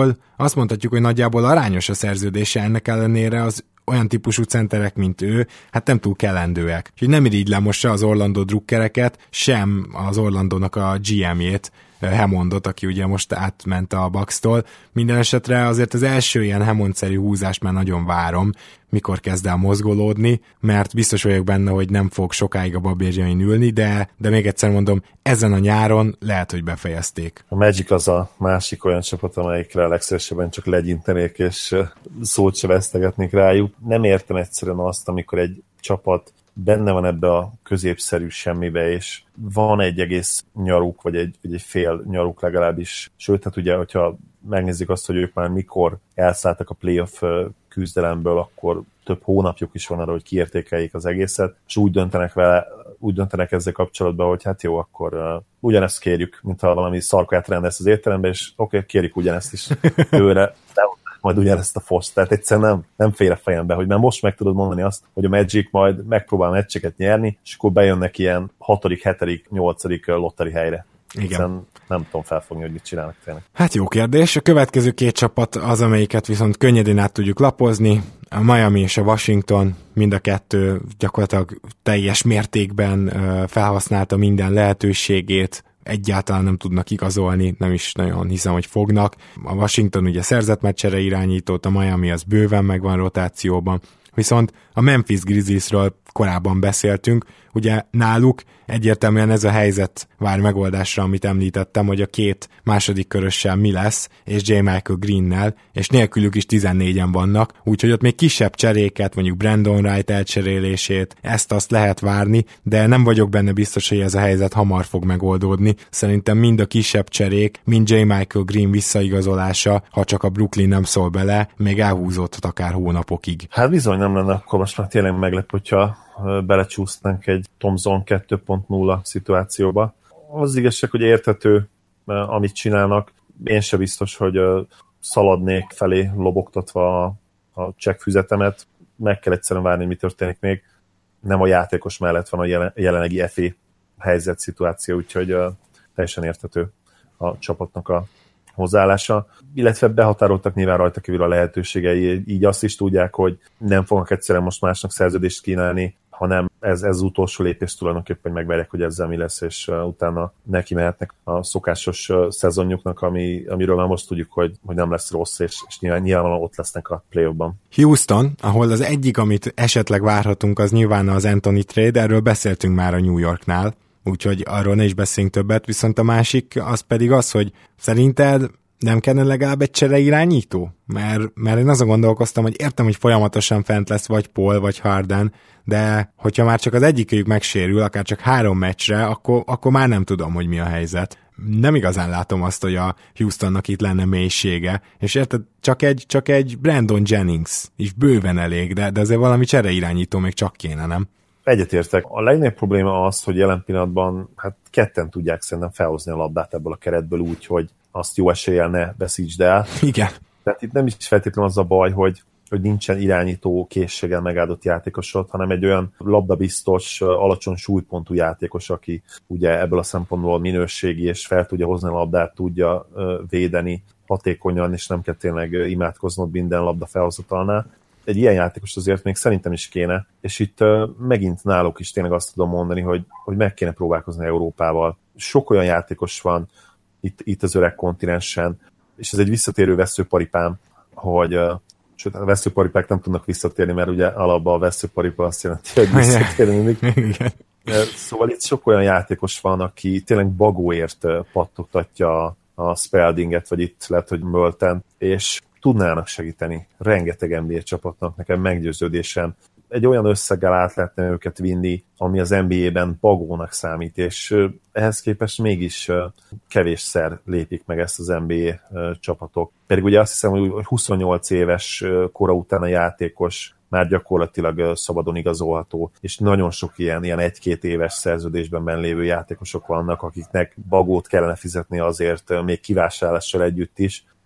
ahol azt mondhatjuk, hogy nagyjából arányos a szerződése, ennek ellenére az olyan típusú centerek, mint ő, hát nem túl kelendőek. Úgyhogy nem irigylem most se az Orlando drukkereket, sem az Orlandónak a gé em-jét, Hammondot, aki ugye most átment a Bucks-tól. Minden esetre azért az első ilyen Hammond-szerű húzást már nagyon várom, mikor kezd el mozgolódni, mert biztos vagyok benne, hogy nem fog sokáig a babérjain ülni, de, de még egyszer mondom, ezen a nyáron lehet, hogy befejezték. A Magic az a másik olyan csapat, amelyikre legszívesebben csak legyintenék, és szót se vesztegetnék rájuk. Nem értem egyszerűen azt, amikor egy csapat benne van ebbe a középszerű semmibe, és van egy egész nyaruk, vagy egy, vagy egy fél nyaruk legalábbis. Sőt, hát ugye, hogyha megnézzük azt, hogy ők már mikor elszálltak a playoff küzdelemből, akkor több hónapjuk is van arra, hogy kiértékeljék az egészet, és úgy döntenek vele, úgy döntenek ezzel kapcsolatban, hogy hát jó, akkor uh, ugyanezt kérjük, mintha valami szarkát rendelsz az étterembe, és oké, okay, kérjük ugyanezt is tőle, de majd ugyanezt a foszt. Tehát egyszerűen nem, nem fér a fejembe, hogy már most meg tudod mondani azt, hogy a Magic majd megpróbál meccseket nyerni, és akkor bejönnek ilyen hatodik, hetedik, nyolcadik lotteri helyre. Igen. Egyszerűen nem tudom felfogni, hogy mit csinálnak tényleg. Hát jó kérdés. A következő két csapat az, amelyiket viszont könnyedén át tudjuk lapozni. A Miami és a Washington, mind a kettő gyakorlatilag teljes mértékben felhasználta minden lehetőségét, egyáltalán nem tudnak igazolni, nem is nagyon hiszem, hogy fognak. A Washington ugye szerzett meccsere irányítót, a Miami az bőven megvan rotációban. Viszont a Memphis Grizzliesről korábban beszéltünk, ugye náluk egyértelműen ez a helyzet vár megoldásra, amit említettem, hogy a két második körössel mi lesz, és J. Michael Greennel, és nélkülük is tizennégyen vannak, úgyhogy ott még kisebb cseréket, mondjuk Brandon Wright elcserélését, ezt-azt lehet várni, de nem vagyok benne biztos, hogy ez a helyzet hamar fog megoldódni. Szerintem mind a kisebb cserék, mind J. Michael Green visszaigazolása, ha csak a Brooklyn nem szól bele, még elhúzódhat akár hónapokig. Hát bizony nem lenne, akkor most már tényleg meglep, hogyha belecsúsztánk egy Thompson kettő pont nulla szituációba. Az igazság, hogy érthető, amit csinálnak. Én se biztos, hogy szaladnék felé lobogtatva a csekkfüzetemet. Meg kell egyszerűen várni, mi történik még. Nem a játékos mellett van a jelenlegi ef á helyzet szituáció, úgyhogy teljesen érthető a csapatnak a hozzáállása, illetve behatároltak nyilván rajta kívül a lehetőségei, így azt is tudják, hogy nem fognak egyszerűen most másnak szerződést kínálni, hanem ez, ez az utolsó lépés tulajdonképpen, hogy megverják, hogy ezzel mi lesz, és uh, utána neki mehetnek a szokásos uh, szezonjuknak, ami, amiről már most tudjuk, hogy, hogy nem lesz rossz, és, és nyilván, nyilvánvalóan ott lesznek a play-offban. Houston, ahol az egyik, amit esetleg várhatunk, az nyilván az Anthony trade, erről beszéltünk már a New Yorknál, úgyhogy arról ne is beszéljünk többet, viszont a másik az pedig az, hogy szerinted nem kellene legalább egy csere irányító? Mert, mert én azon gondolkoztam, hogy értem, hogy folyamatosan fent lesz vagy Paul, vagy Harden, de hogyha már csak az egyikőjük megsérül, akár csak három meccsre, akkor, akkor már nem tudom, hogy mi a helyzet. Nem igazán látom azt, hogy a Houstonnak itt lenne mélysége, és érted, csak egy, csak egy Brandon Jennings is bőven elég, de, de azért valami csere irányító még csak kéne, nem? Egyetértek. A legnagyobb probléma az, hogy jelen pillanatban hát ketten tudják szerintem felhozni a labdát ebből a keretből úgy, hogy azt jó eséllyel ne veszítsd el. Igen. Tehát itt nem is feltétlenül az a baj, hogy, hogy nincsen irányító készséggel megáldott játékosod, hanem egy olyan labdabiztos, alacsony súlypontú játékos, aki ugye ebből a szempontból minőségi, és fel tudja hozni a labdát, tudja védeni hatékonyan, és nem kell tényleg imádkoznod minden labda felhozatalnál. Egy ilyen játékos azért még szerintem is kéne, és itt uh, megint náluk is tényleg azt tudom mondani, hogy, hogy meg kéne próbálkozni Európával. Sok olyan játékos van itt, itt az öreg kontinensen, és ez egy visszatérő veszőparipám, hogy uh, sőt, a veszőparipák nem tudnak visszatérni, mert ugye alapban a veszőparipa azt jelenti, hogy visszatérni mindig. Szóval itt sok olyan játékos van, aki tényleg bagóért pattogtatja a Speldinget, vagy itt lehet, hogy Mölten, és tudnának segíteni rengeteg en bé á csapatnak, nekem meggyőződésem. Egy olyan összeggel át lehetne őket vinni, ami az en bé á-ben bagónak számít, és ehhez képest mégis kevésszer lépik meg ezt az en bé á csapatok. Pedig ugye azt hiszem, hogy huszonnyolc éves kora után a játékos már gyakorlatilag szabadon igazolható, és nagyon sok ilyen, ilyen egy-két éves szerződésben benn lévő játékosok vannak, akiknek bagót kellene fizetni azért még kivásárlással együtt is,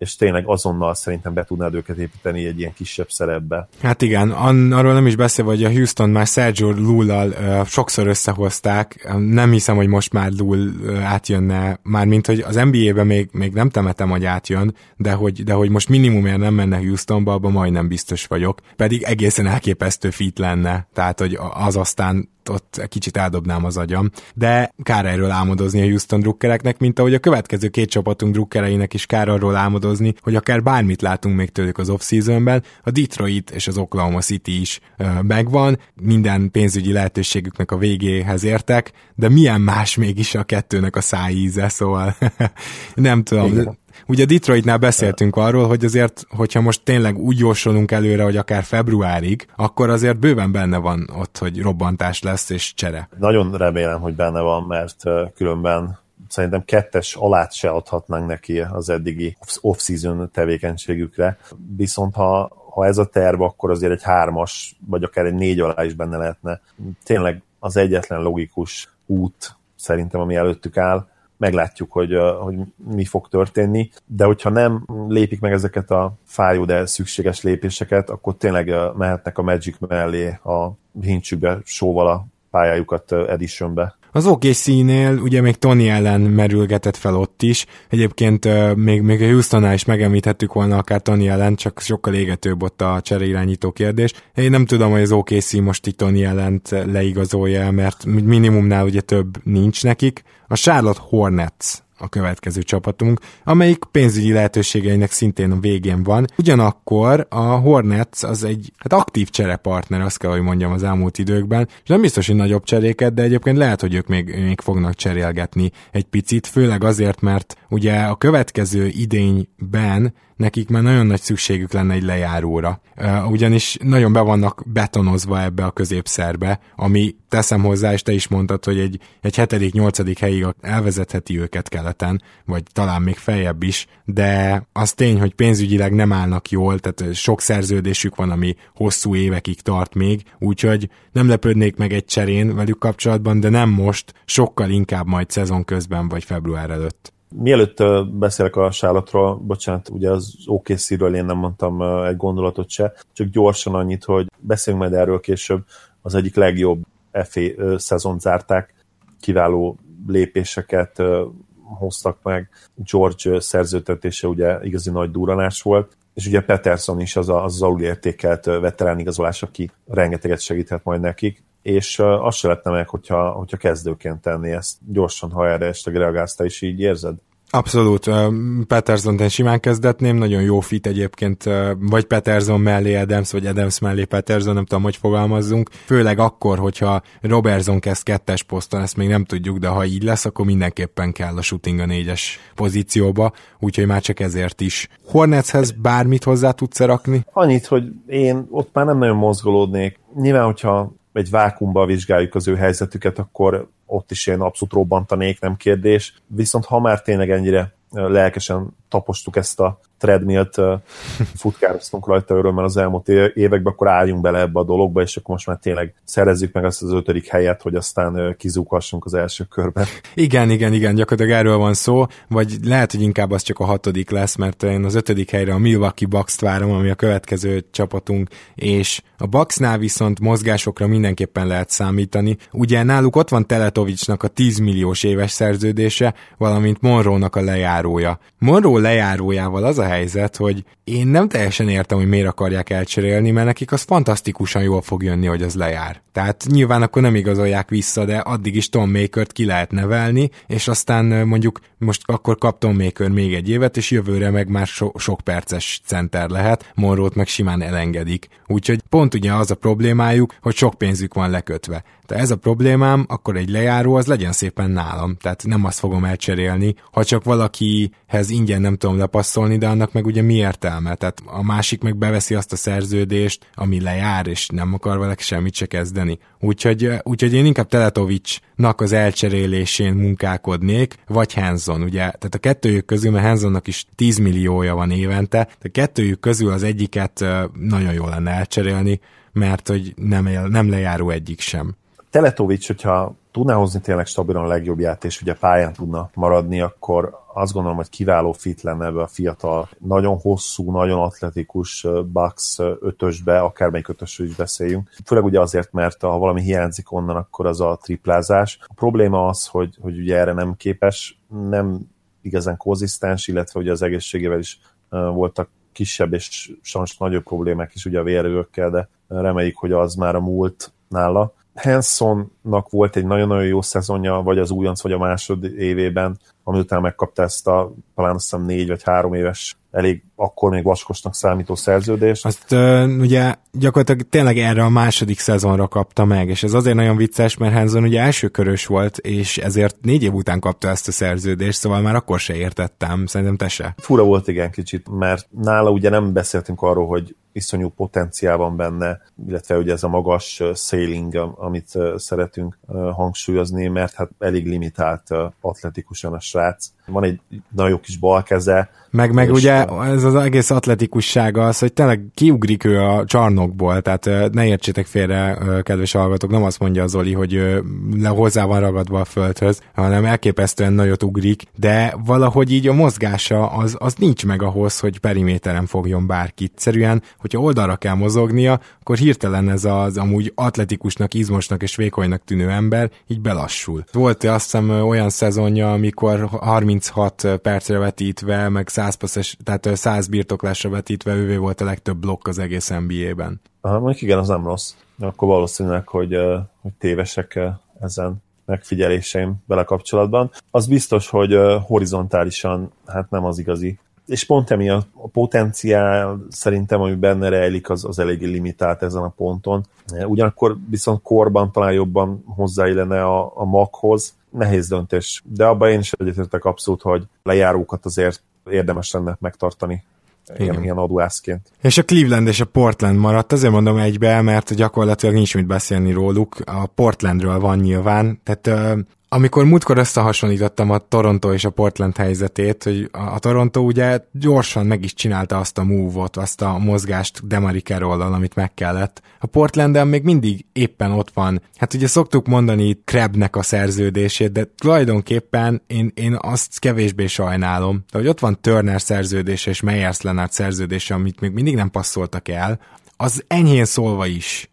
és tényleg azonnal szerintem be tudnád őket építeni egy ilyen kisebb szerepbe. Hát igen, arról nem is beszélve, hogy a Houston már Sergio Lue-lal uh, sokszor összehozták, nem hiszem, hogy most már Lue uh, átjönne, mármint, hogy az en bé á-ben még, még nem temetem, hogy átjön, de hogy, de hogy most minimumért nem menne Houstonba, abban majdnem biztos vagyok, pedig egészen elképesztő fit lenne, tehát hogy az aztán ott kicsit eldobnám az agyam, de kár erről álmodozni a Houston drukkereknek, mint ahogy a következő két csapatunk drukkereinek is kár arról álmodozni, hogy akár bármit látunk még tőlük az off-seasonben, a Detroit és az Oklahoma City is ö, megvan, minden pénzügyi lehetőségüknek a végéhez értek, de milyen más mégis a kettőnek a szájíze, szóval nem tudom. Igen. Ugye Detroitnál beszéltünk arról, hogy azért, hogyha most tényleg úgy jósolunk előre, hogy akár februárig, akkor azért bőven benne van ott, hogy robbantás lesz és csere. Nagyon remélem, hogy benne van, mert különben szerintem kettes alát se adhatnánk neki az eddigi off-season tevékenységükre. Viszont ha, ha ez a terv, akkor azért egy hármas, vagy akár egy négy alá is benne lehetne. Tényleg az egyetlen logikus út szerintem, ami előttük áll. Meglátjuk, hogy, hogy mi fog történni, de hogyha nem lépik meg ezeket a fájó, de szükséges lépéseket, akkor tényleg mehetnek a Magic mellé a hincsükbe, sóval a pályájukat Editionbe. Az o ká cé-nél ugye még Tony Allen merülgetett fel ott is, egyébként uh, még, még a Houstonnál is megemlíthettük volna akár Tony Allen, csak sokkal égetőbb ott a csereirányító kérdés. Én nem tudom, hogy az o ká cé most itt Tony Allent leigazolja, mert minimumnál ugye több nincs nekik. A Charlotte Hornets a következő csapatunk, amelyik pénzügyi lehetőségeinek szintén a végén van. Ugyanakkor a Hornets az egy hát aktív cserepartner, azt kell, hogy mondjam, az elmúlt időkben, és nem biztos, hogy nagyobb cseréket, de egyébként lehet, hogy ők még, még fognak cserélgetni egy picit, főleg azért, mert ugye a következő idényben nekik már nagyon nagy szükségük lenne egy lejáróra. Ugyanis nagyon be vannak betonozva ebbe a középszerbe, ami teszem hozzá, és te is mondtad, hogy egy, egy hetedik-nyolcadik helyig elvezetheti őket keleten, vagy talán még feljebb is, de az tény, hogy pénzügyileg nem állnak jól, tehát sok szerződésük van, ami hosszú évekig tart még, úgyhogy nem lepődnék meg egy cserén velük kapcsolatban, de nem most, sokkal inkább majd szezon közben, vagy február előtt. Mielőtt beszélek a Charlotte-ról, bocsánat, ugye az o ká cé-ről én nem mondtam egy gondolatot se, csak gyorsan annyit, hogy beszélünk majd erről később, az egyik legjobb ef á szezont zárták, kiváló lépéseket hoztak meg, George szerződtetése ugye igazi nagy durranás volt, és ugye Peterson is az az, az alulértékelt veterán igazolás, aki rengeteget segíthet majd nekik, és uh, azt se lehetne meg, hogyha, hogyha kezdőként tenni ezt. Gyorsan, ha erre esetleg reagálsz, te is így érzed? Abszolút. Peterson-t én simán kezdetném, nagyon jó fit egyébként, vagy Peterson mellé Adams, vagy Adams mellé Peterson, nem tudom, hogy fogalmazzunk. Főleg akkor, hogyha Robertson kezd kettes poszton, ezt még nem tudjuk, de ha így lesz, akkor mindenképpen kell a shooting a négyes pozícióba, úgyhogy már csak ezért is. Hornetshez bármit hozzá tudsz rakni? Annyit, hogy én ott már nem nagyon mozgolódnék. Nyilván, hogyha egy vákumba vizsgáljuk az ő helyzetüket, akkor ott is én abszolút robbantanék, nem kérdés. Viszont ha már tényleg ennyire lelkesen tapostuk ezt a treadmillt, futkároztunk rajta örömmel az elmúlt években, akkor álljunk bele ebbe a dologba, és akkor most már tényleg szerezzük meg azt az ötödik helyet, hogy aztán kizúghassunk az első körben. Igen, igen, igen, gyakorlatilag erről van szó, vagy lehet, hogy inkább az csak a hatodik lesz, mert én az ötödik helyre a Milwaukee Bucks-t várom, ami a következő csapatunk, és a Bucksnál viszont mozgásokra mindenképpen lehet számítani. Ugye náluk ott van Teletovicsnak a tíz milliós éves szerződése, valamint Monroe-nak a lejárója. Monroe lejárójával az a helyzet, hogy én nem teljesen értem, hogy miért akarják elcserélni, mert nekik az fantasztikusan jól fog jönni, hogy az lejár. Tehát nyilván akkor nem igazolják vissza, de addig is Tom Makert ki lehet nevelni, és aztán mondjuk most akkor kap Tom Maker még egy évet, és jövőre meg már so- sok perces center lehet, Monroe-t meg simán elengedik. Úgyhogy pont ugye az a problémájuk, hogy sok pénzük van lekötve. De ez a problémám, akkor egy lejáró az legyen szépen nálam, tehát nem azt fogom elcserélni, ha csak valakihez ingyen nem tudom lepasszolni, de annak meg ugye mi értelme? Tehát a másik meg beveszi azt a szerződést, ami lejár, és nem akar vele semmit se kezdeni. Úgyhogy, úgyhogy én inkább Teletovicsnak az elcserélésén munkálkodnék, vagy Hanson, ugye? Tehát a kettőjük közül, mert Hansonnak is tíz milliója van évente, de kettőjük közül az egyiket nagyon jól lenne elcserélni, mert hogy nem, nem lejáró egyik sem. Teletovics, hogyha tudná hozni tényleg stabilan a legjobbját, és ugye pályán tudna maradni, akkor azt gondolom, hogy kiváló fit lenne ebbe a fiatal, nagyon hosszú, nagyon atletikus Bucks ötösbe, akármelyik ötösről is beszéljünk. Főleg ugye azért, mert ha valami hiányzik onnan, akkor az a triplázás. A probléma az, hogy, hogy ugye erre nem képes, nem igazán konzisztens, illetve ugye az egészségével is voltak kisebb és sajnos nagyobb problémák is ugye a vérőkkel, de reméljük, hogy az már a múlt nála. Hansonnak volt egy nagyon-nagyon jó szezonja, vagy az újonc, vagy a másod évében, ami után megkapta ezt a talán azt hiszem négy vagy három éves, elég akkor még vaskosnak számító szerződést. Azt uh, ugye gyakorlatilag tényleg erre a második szezonra kapta meg, és ez azért nagyon vicces, mert Hanson ugye elsőkörös volt, és ezért négy év után kapta ezt a szerződést, szóval már akkor se értettem, szerintem te se. Fura volt igen kicsit, mert nála ugye nem beszéltünk arról, hogy iszonyú potenciál van benne, illetve ugye ez a magas sailing, amit szeretünk hangsúlyozni, mert hát elég limitált atletikusan a srác. Van egy nagyon jó kis balkeze. Meg, meg ugye ez az egész atletikussága az, hogy tényleg kiugrik ő a csarnokból, tehát ne értsétek félre, kedves hallgatók, nem azt mondja Zoli, hogy hozzá van ragadva a földhöz, hanem elképesztően nagyot ugrik, de valahogy így a mozgása az, az nincs meg ahhoz, hogy periméteren fogjon bárkit. Szerűen, hogyha oldalra kell mozognia, akkor hirtelen ez az amúgy atletikusnak, izmosnak és vékonynak tűnő ember így belassul. Volt azt hiszem olyan szezonja, amikor harminchat percre vetítve, meg száz passzes, tehát száz birtoklásra vetítve ővé volt a legtöbb blokk az egész en bé á-ben. Aha, mondjuk igen, az nem rossz. Akkor valószínűleg, hogy, hogy tévesek ezen megfigyeléseim vele kapcsolatban. Az biztos, hogy horizontálisan hát nem az igazi. És pont emiatt a potenciál szerintem, ami benne rejlik, az, az eléggé limitált ezen a ponton. Ugyanakkor viszont korban talán jobban hozzáillene a, a maghoz. Nehéz döntés, de abban én is egyetértek abszolút, hogy lejárókat azért érdemes lenne megtartani. Ilyen, ilyen aduászként. És a Cleveland és a Portland maradt, azért mondom egybe, mert gyakorlatilag nincs mit beszélni róluk. A Portlandről van nyilván, tehát amikor múltkor összehasonlítottam a Toronto és a Portland helyzetét, hogy a Toronto ugye gyorsan meg is csinálta azt a move-ot, azt a mozgást Demary Carroll-al, amit meg kellett. A Portlanden még mindig éppen ott van. Hát ugye szoktuk mondani Krebnek a szerződését, de tulajdonképpen én, én azt kevésbé sajnálom. De hogy ott van Turner szerződése és Meyers Leonard szerződése, amit még mindig nem passzoltak el, az enyhén szólva is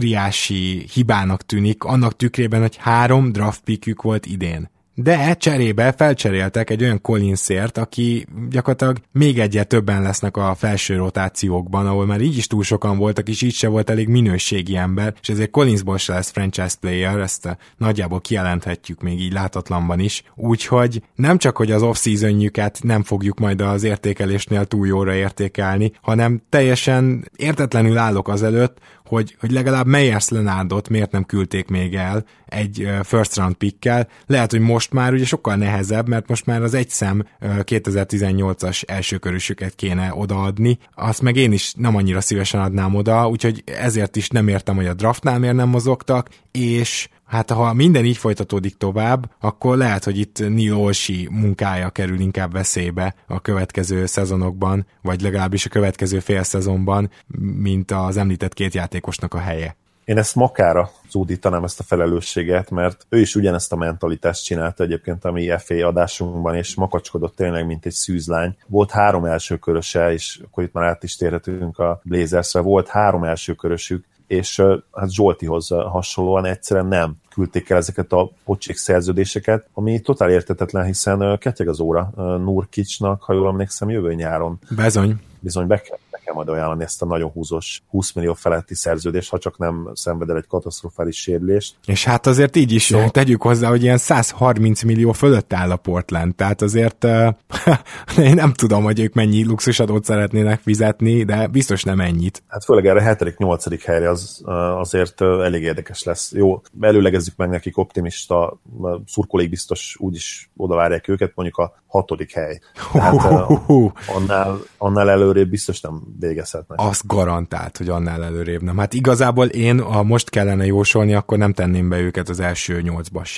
óriási hibának tűnik, annak tükrében, hogy három draft pickjük volt idén. De cserébe felcseréltek egy olyan Collinsért, aki gyakorlatilag még egyet többen lesznek a felső rotációkban, ahol már így is túl sokan voltak, és így se volt elég minőségi ember, és ezért Collinsból se lesz franchise player, ezt a, nagyjából kijelenthetjük még így látatlanban is. Úgyhogy nem csak, hogy az off-seasonjüket nem fogjuk majd az értékelésnél túl jóra értékelni, hanem teljesen értetlenül állok azelőtt, hogy, hogy legalább Meyers Leonardot miért nem küldték még el egy first round pickkel. Lehet, hogy most már ugye sokkal nehezebb, mert most már az egyszem kétezer-tizennyolcas elsőkörösöket kéne odaadni. Azt meg én is nem annyira szívesen adnám oda, úgyhogy ezért is nem értem, hogy a draftnál miért nem mozogtak, és hát ha minden így folytatódik tovább, akkor lehet, hogy itt Neil Olshey munkája kerül inkább veszélybe a következő szezonokban, vagy legalábbis a következő fél szezonban, mint az említett két játékosnak a helye. Én ezt makára zúdítanám, ezt a felelősséget, mert ő is ugyanezt a mentalitást csinálta egyébként a mi ef á adásunkban, és makacskodott tényleg, mint egy szűzlány. Volt három elsőköröse, és akkor itt már át is térhetünk a Blazersre, volt három elsőkörösük, és hát Zsoltihoz hasonlóan egyszerűen nem küldték el ezeket a pocsék szerződéseket, ami totál értetetlen, hiszen ketyeg az óra Nurkicsnak, ha jól emlékszem, jövő nyáron. Bezony. Bizony be kell, be kell majd ajánlani ezt a nagyon húzós húsz millió feletti szerződést, ha csak nem szenved el egy katasztrofális sérülést. És hát azért így is so. tegyük hozzá, hogy ilyen száz harminc millió fölött áll a Portland, tehát azért uh, én nem tudom, hogy ők mennyi luxusadót szeretnének fizetni, de biztos nem ennyit. Hát főleg erre hetedik nyolcadik helyre az, azért elég érdekes lesz. Jó, előlegezzük meg nekik optimista, szurkolók biztos úgyis oda várják őket, mondjuk a hatodik hely. Tehát uh, annál, annál előrébb biztos nem végezhetnek. Az garantált, hogy annál előrébb nem. Hát igazából én, ha most kellene jósolni, akkor nem tenném be őket az első nyolcba se.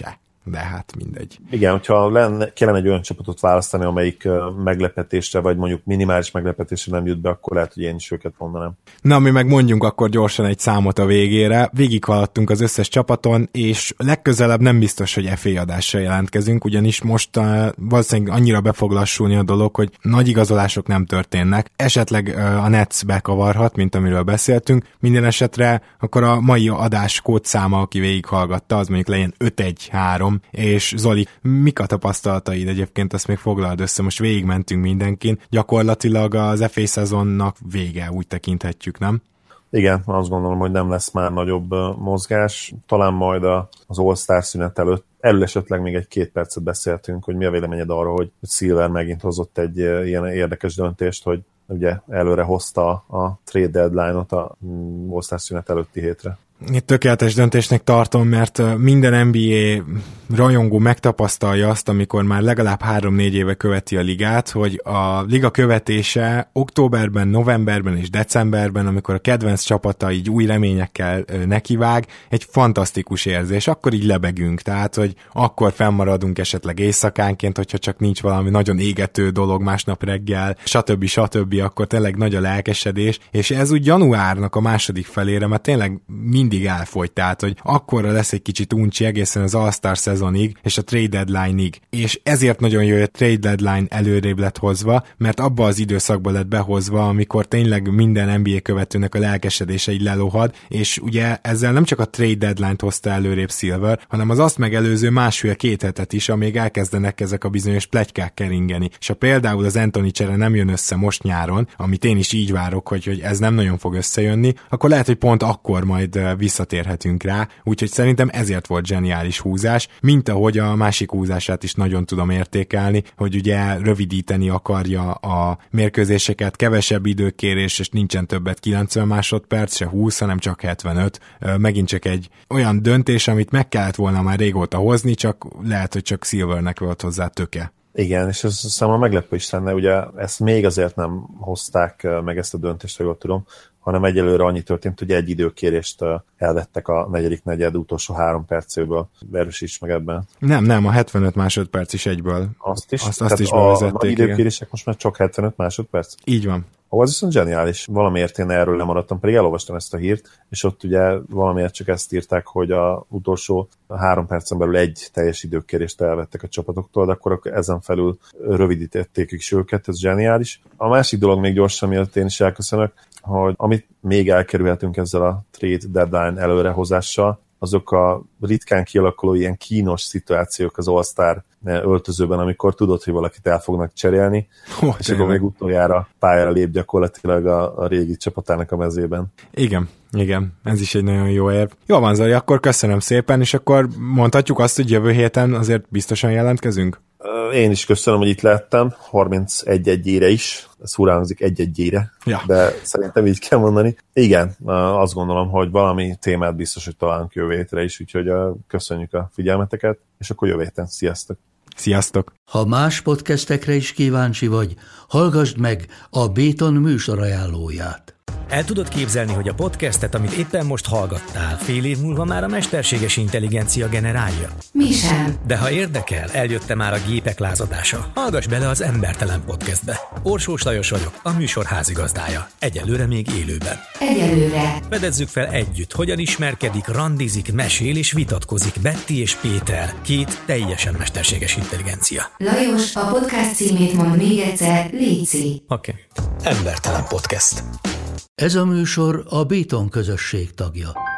de hát mindegy. Igen, hogyha lenne, kellene egy olyan csapatot választani, amelyik meglepetésre, vagy mondjuk minimális meglepetésre nem jut be, akkor lehet, hogy én is őket mondanám. Na, mi meg mondjunk akkor gyorsan egy számot a végére. Végighaladtunk az összes csapaton, és legközelebb nem biztos, hogy ef á adással jelentkezünk, ugyanis most uh, valószínűleg annyira be fog lassulni a dolog, hogy nagy igazolások nem történnek. Esetleg uh, a Nets bekavarhat, mint amiről beszéltünk. Minden esetre akkor a mai adás kódszáma, aki végighallgatta, az mondjuk legyen öt egy három, és Zoli, mik a tapasztalataid egyébként, azt még foglald össze, most végigmentünk mindenkin, gyakorlatilag az ef á szezonnak vége, úgy tekinthetjük, nem? Igen, azt gondolom, hogy nem lesz már nagyobb mozgás, talán majd az All-Star szünet előtt, erről esetleg még egy két percet beszéltünk, hogy mi a véleményed arról, hogy Silver megint hozott egy ilyen érdekes döntést, hogy ugye előre hozta a trade deadline-ot a All-Star szünet előtti hétre. Itt tökéletes döntésnek tartom, mert minden en bé á rajongó megtapasztalja azt, amikor már legalább három-négy éve követi a ligát, hogy a liga követése októberben, novemberben és decemberben, amikor a kedvenc csapata így új reményekkel nekivág, egy fantasztikus érzés. Akkor így lebegünk, tehát, hogy akkor fennmaradunk esetleg éjszakánként, hogyha csak nincs valami nagyon égető dolog másnap reggel, stb. stb. Akkor tényleg nagy a lelkesedés, és ez úgy januárnak a második felére, mert tényleg mindig elfogy, tehát, hogy akkorra lesz egy kicsit uncsi egészen az All-Star szezonig, és a trade deadline-ig. És ezért nagyon jó, hogy a trade deadline előrébb lett hozva, mert abba az időszakba lett behozva, amikor tényleg minden en bé á követőnek a lelkesedése így lelohad, és ugye ezzel nem csak a trade deadline-t hozta előrébb Silver, hanem az azt megelőző másfél-két hetet is, amíg elkezdenek ezek a bizonyos pletykák keringeni. És ha például az Anthony csere nem jön össze most nyáron, amit én is így várok, hogy, hogy ez nem nagyon fog összejönni, akkor lehet, hogy pont akkor majd visszatérhetünk rá, úgyhogy szerintem ezért volt zseniális húzás, mint ahogy a másik húzását is nagyon tudom értékelni, hogy ugye rövidíteni akarja a mérkőzéseket, kevesebb időkérés, és nincsen többet kilencven másodperc, se húsz, hanem csak hetvenöt. Megint csak egy olyan döntés, amit meg kellett volna már régóta hozni, csak lehet, hogy csak Silvernek volt hozzá töke. Igen, és ez számomra meglepő is lenne, ugye ezt még azért nem hozták meg ezt a döntést, ha jól tudom, hanem egyelőre annyi történt, hogy egy időkérést elvettek a negyedik negyed utolsó három percéből. Erősíts meg ebben. Nem, nem, a hetvenöt másodperc is egyből. Azt is? Azt, azt is bevezették. A nagy időkérések most már csak hetvenöt másodperc? Így van. Ó, az viszont zseniális. Valamiért én erről lemaradtam, pedig elolvastam ezt a hírt, és ott ugye valamiért csak ezt írták, hogy a utolsó három percen belül egy teljes időkérést elvettek a csapatoktól, de akkor ezen felül rövidítették is őket, ez zseniális. A másik dolog még gyorsan, mielőtt én is elköszönök, hogy amit még elkerülhetünk ezzel a trade deadline előrehozással, azok a ritkán kialakuló ilyen kínos szituációk az All-Star öltözőben, amikor tudod, hogy valakit el fognak cserélni, oh, és akkor még utoljára pályára lép gyakorlatilag a, a régi csapatának a mezében. Igen, igen, ez is egy nagyon jó érv. Jó van, Zoli, akkor köszönöm szépen, és akkor mondhatjuk azt, hogy jövő héten azért biztosan jelentkezünk? Én is köszönöm, hogy itt lettem, harmincegy egyére is, ez hurránzik egy-egyére, ja. De szerintem így kell mondani. Igen, azt gondolom, hogy valami témát biztos, hogy találunk jövő hétre is, úgyhogy köszönjük a figyelmeteket, és akkor jövő héten. Sziasztok! Sziasztok! Ha más podcastekre is kíváncsi vagy, hallgassd meg a Béton műsor ajánlóját. El tudod képzelni, hogy a podcastet, amit éppen most hallgattál, fél év múlva már a mesterséges intelligencia generálja? Mi sem. De ha érdekel, eljött már a gépek lázadása. Hallgass bele az Embertelen Podcastbe. Orsós Lajos vagyok, a műsor házigazdája. Egyelőre még élőben. Egyelőre. Fedezzük fel együtt, hogyan ismerkedik, randizik, mesél és vitatkozik Betty és Péter, két teljesen mesterséges intelligencia. Lajos, a podcast címét mond még egyszer, léci. Oké. Okay. Embertelen Podcast. Ez a műsor a Béton közösség tagja.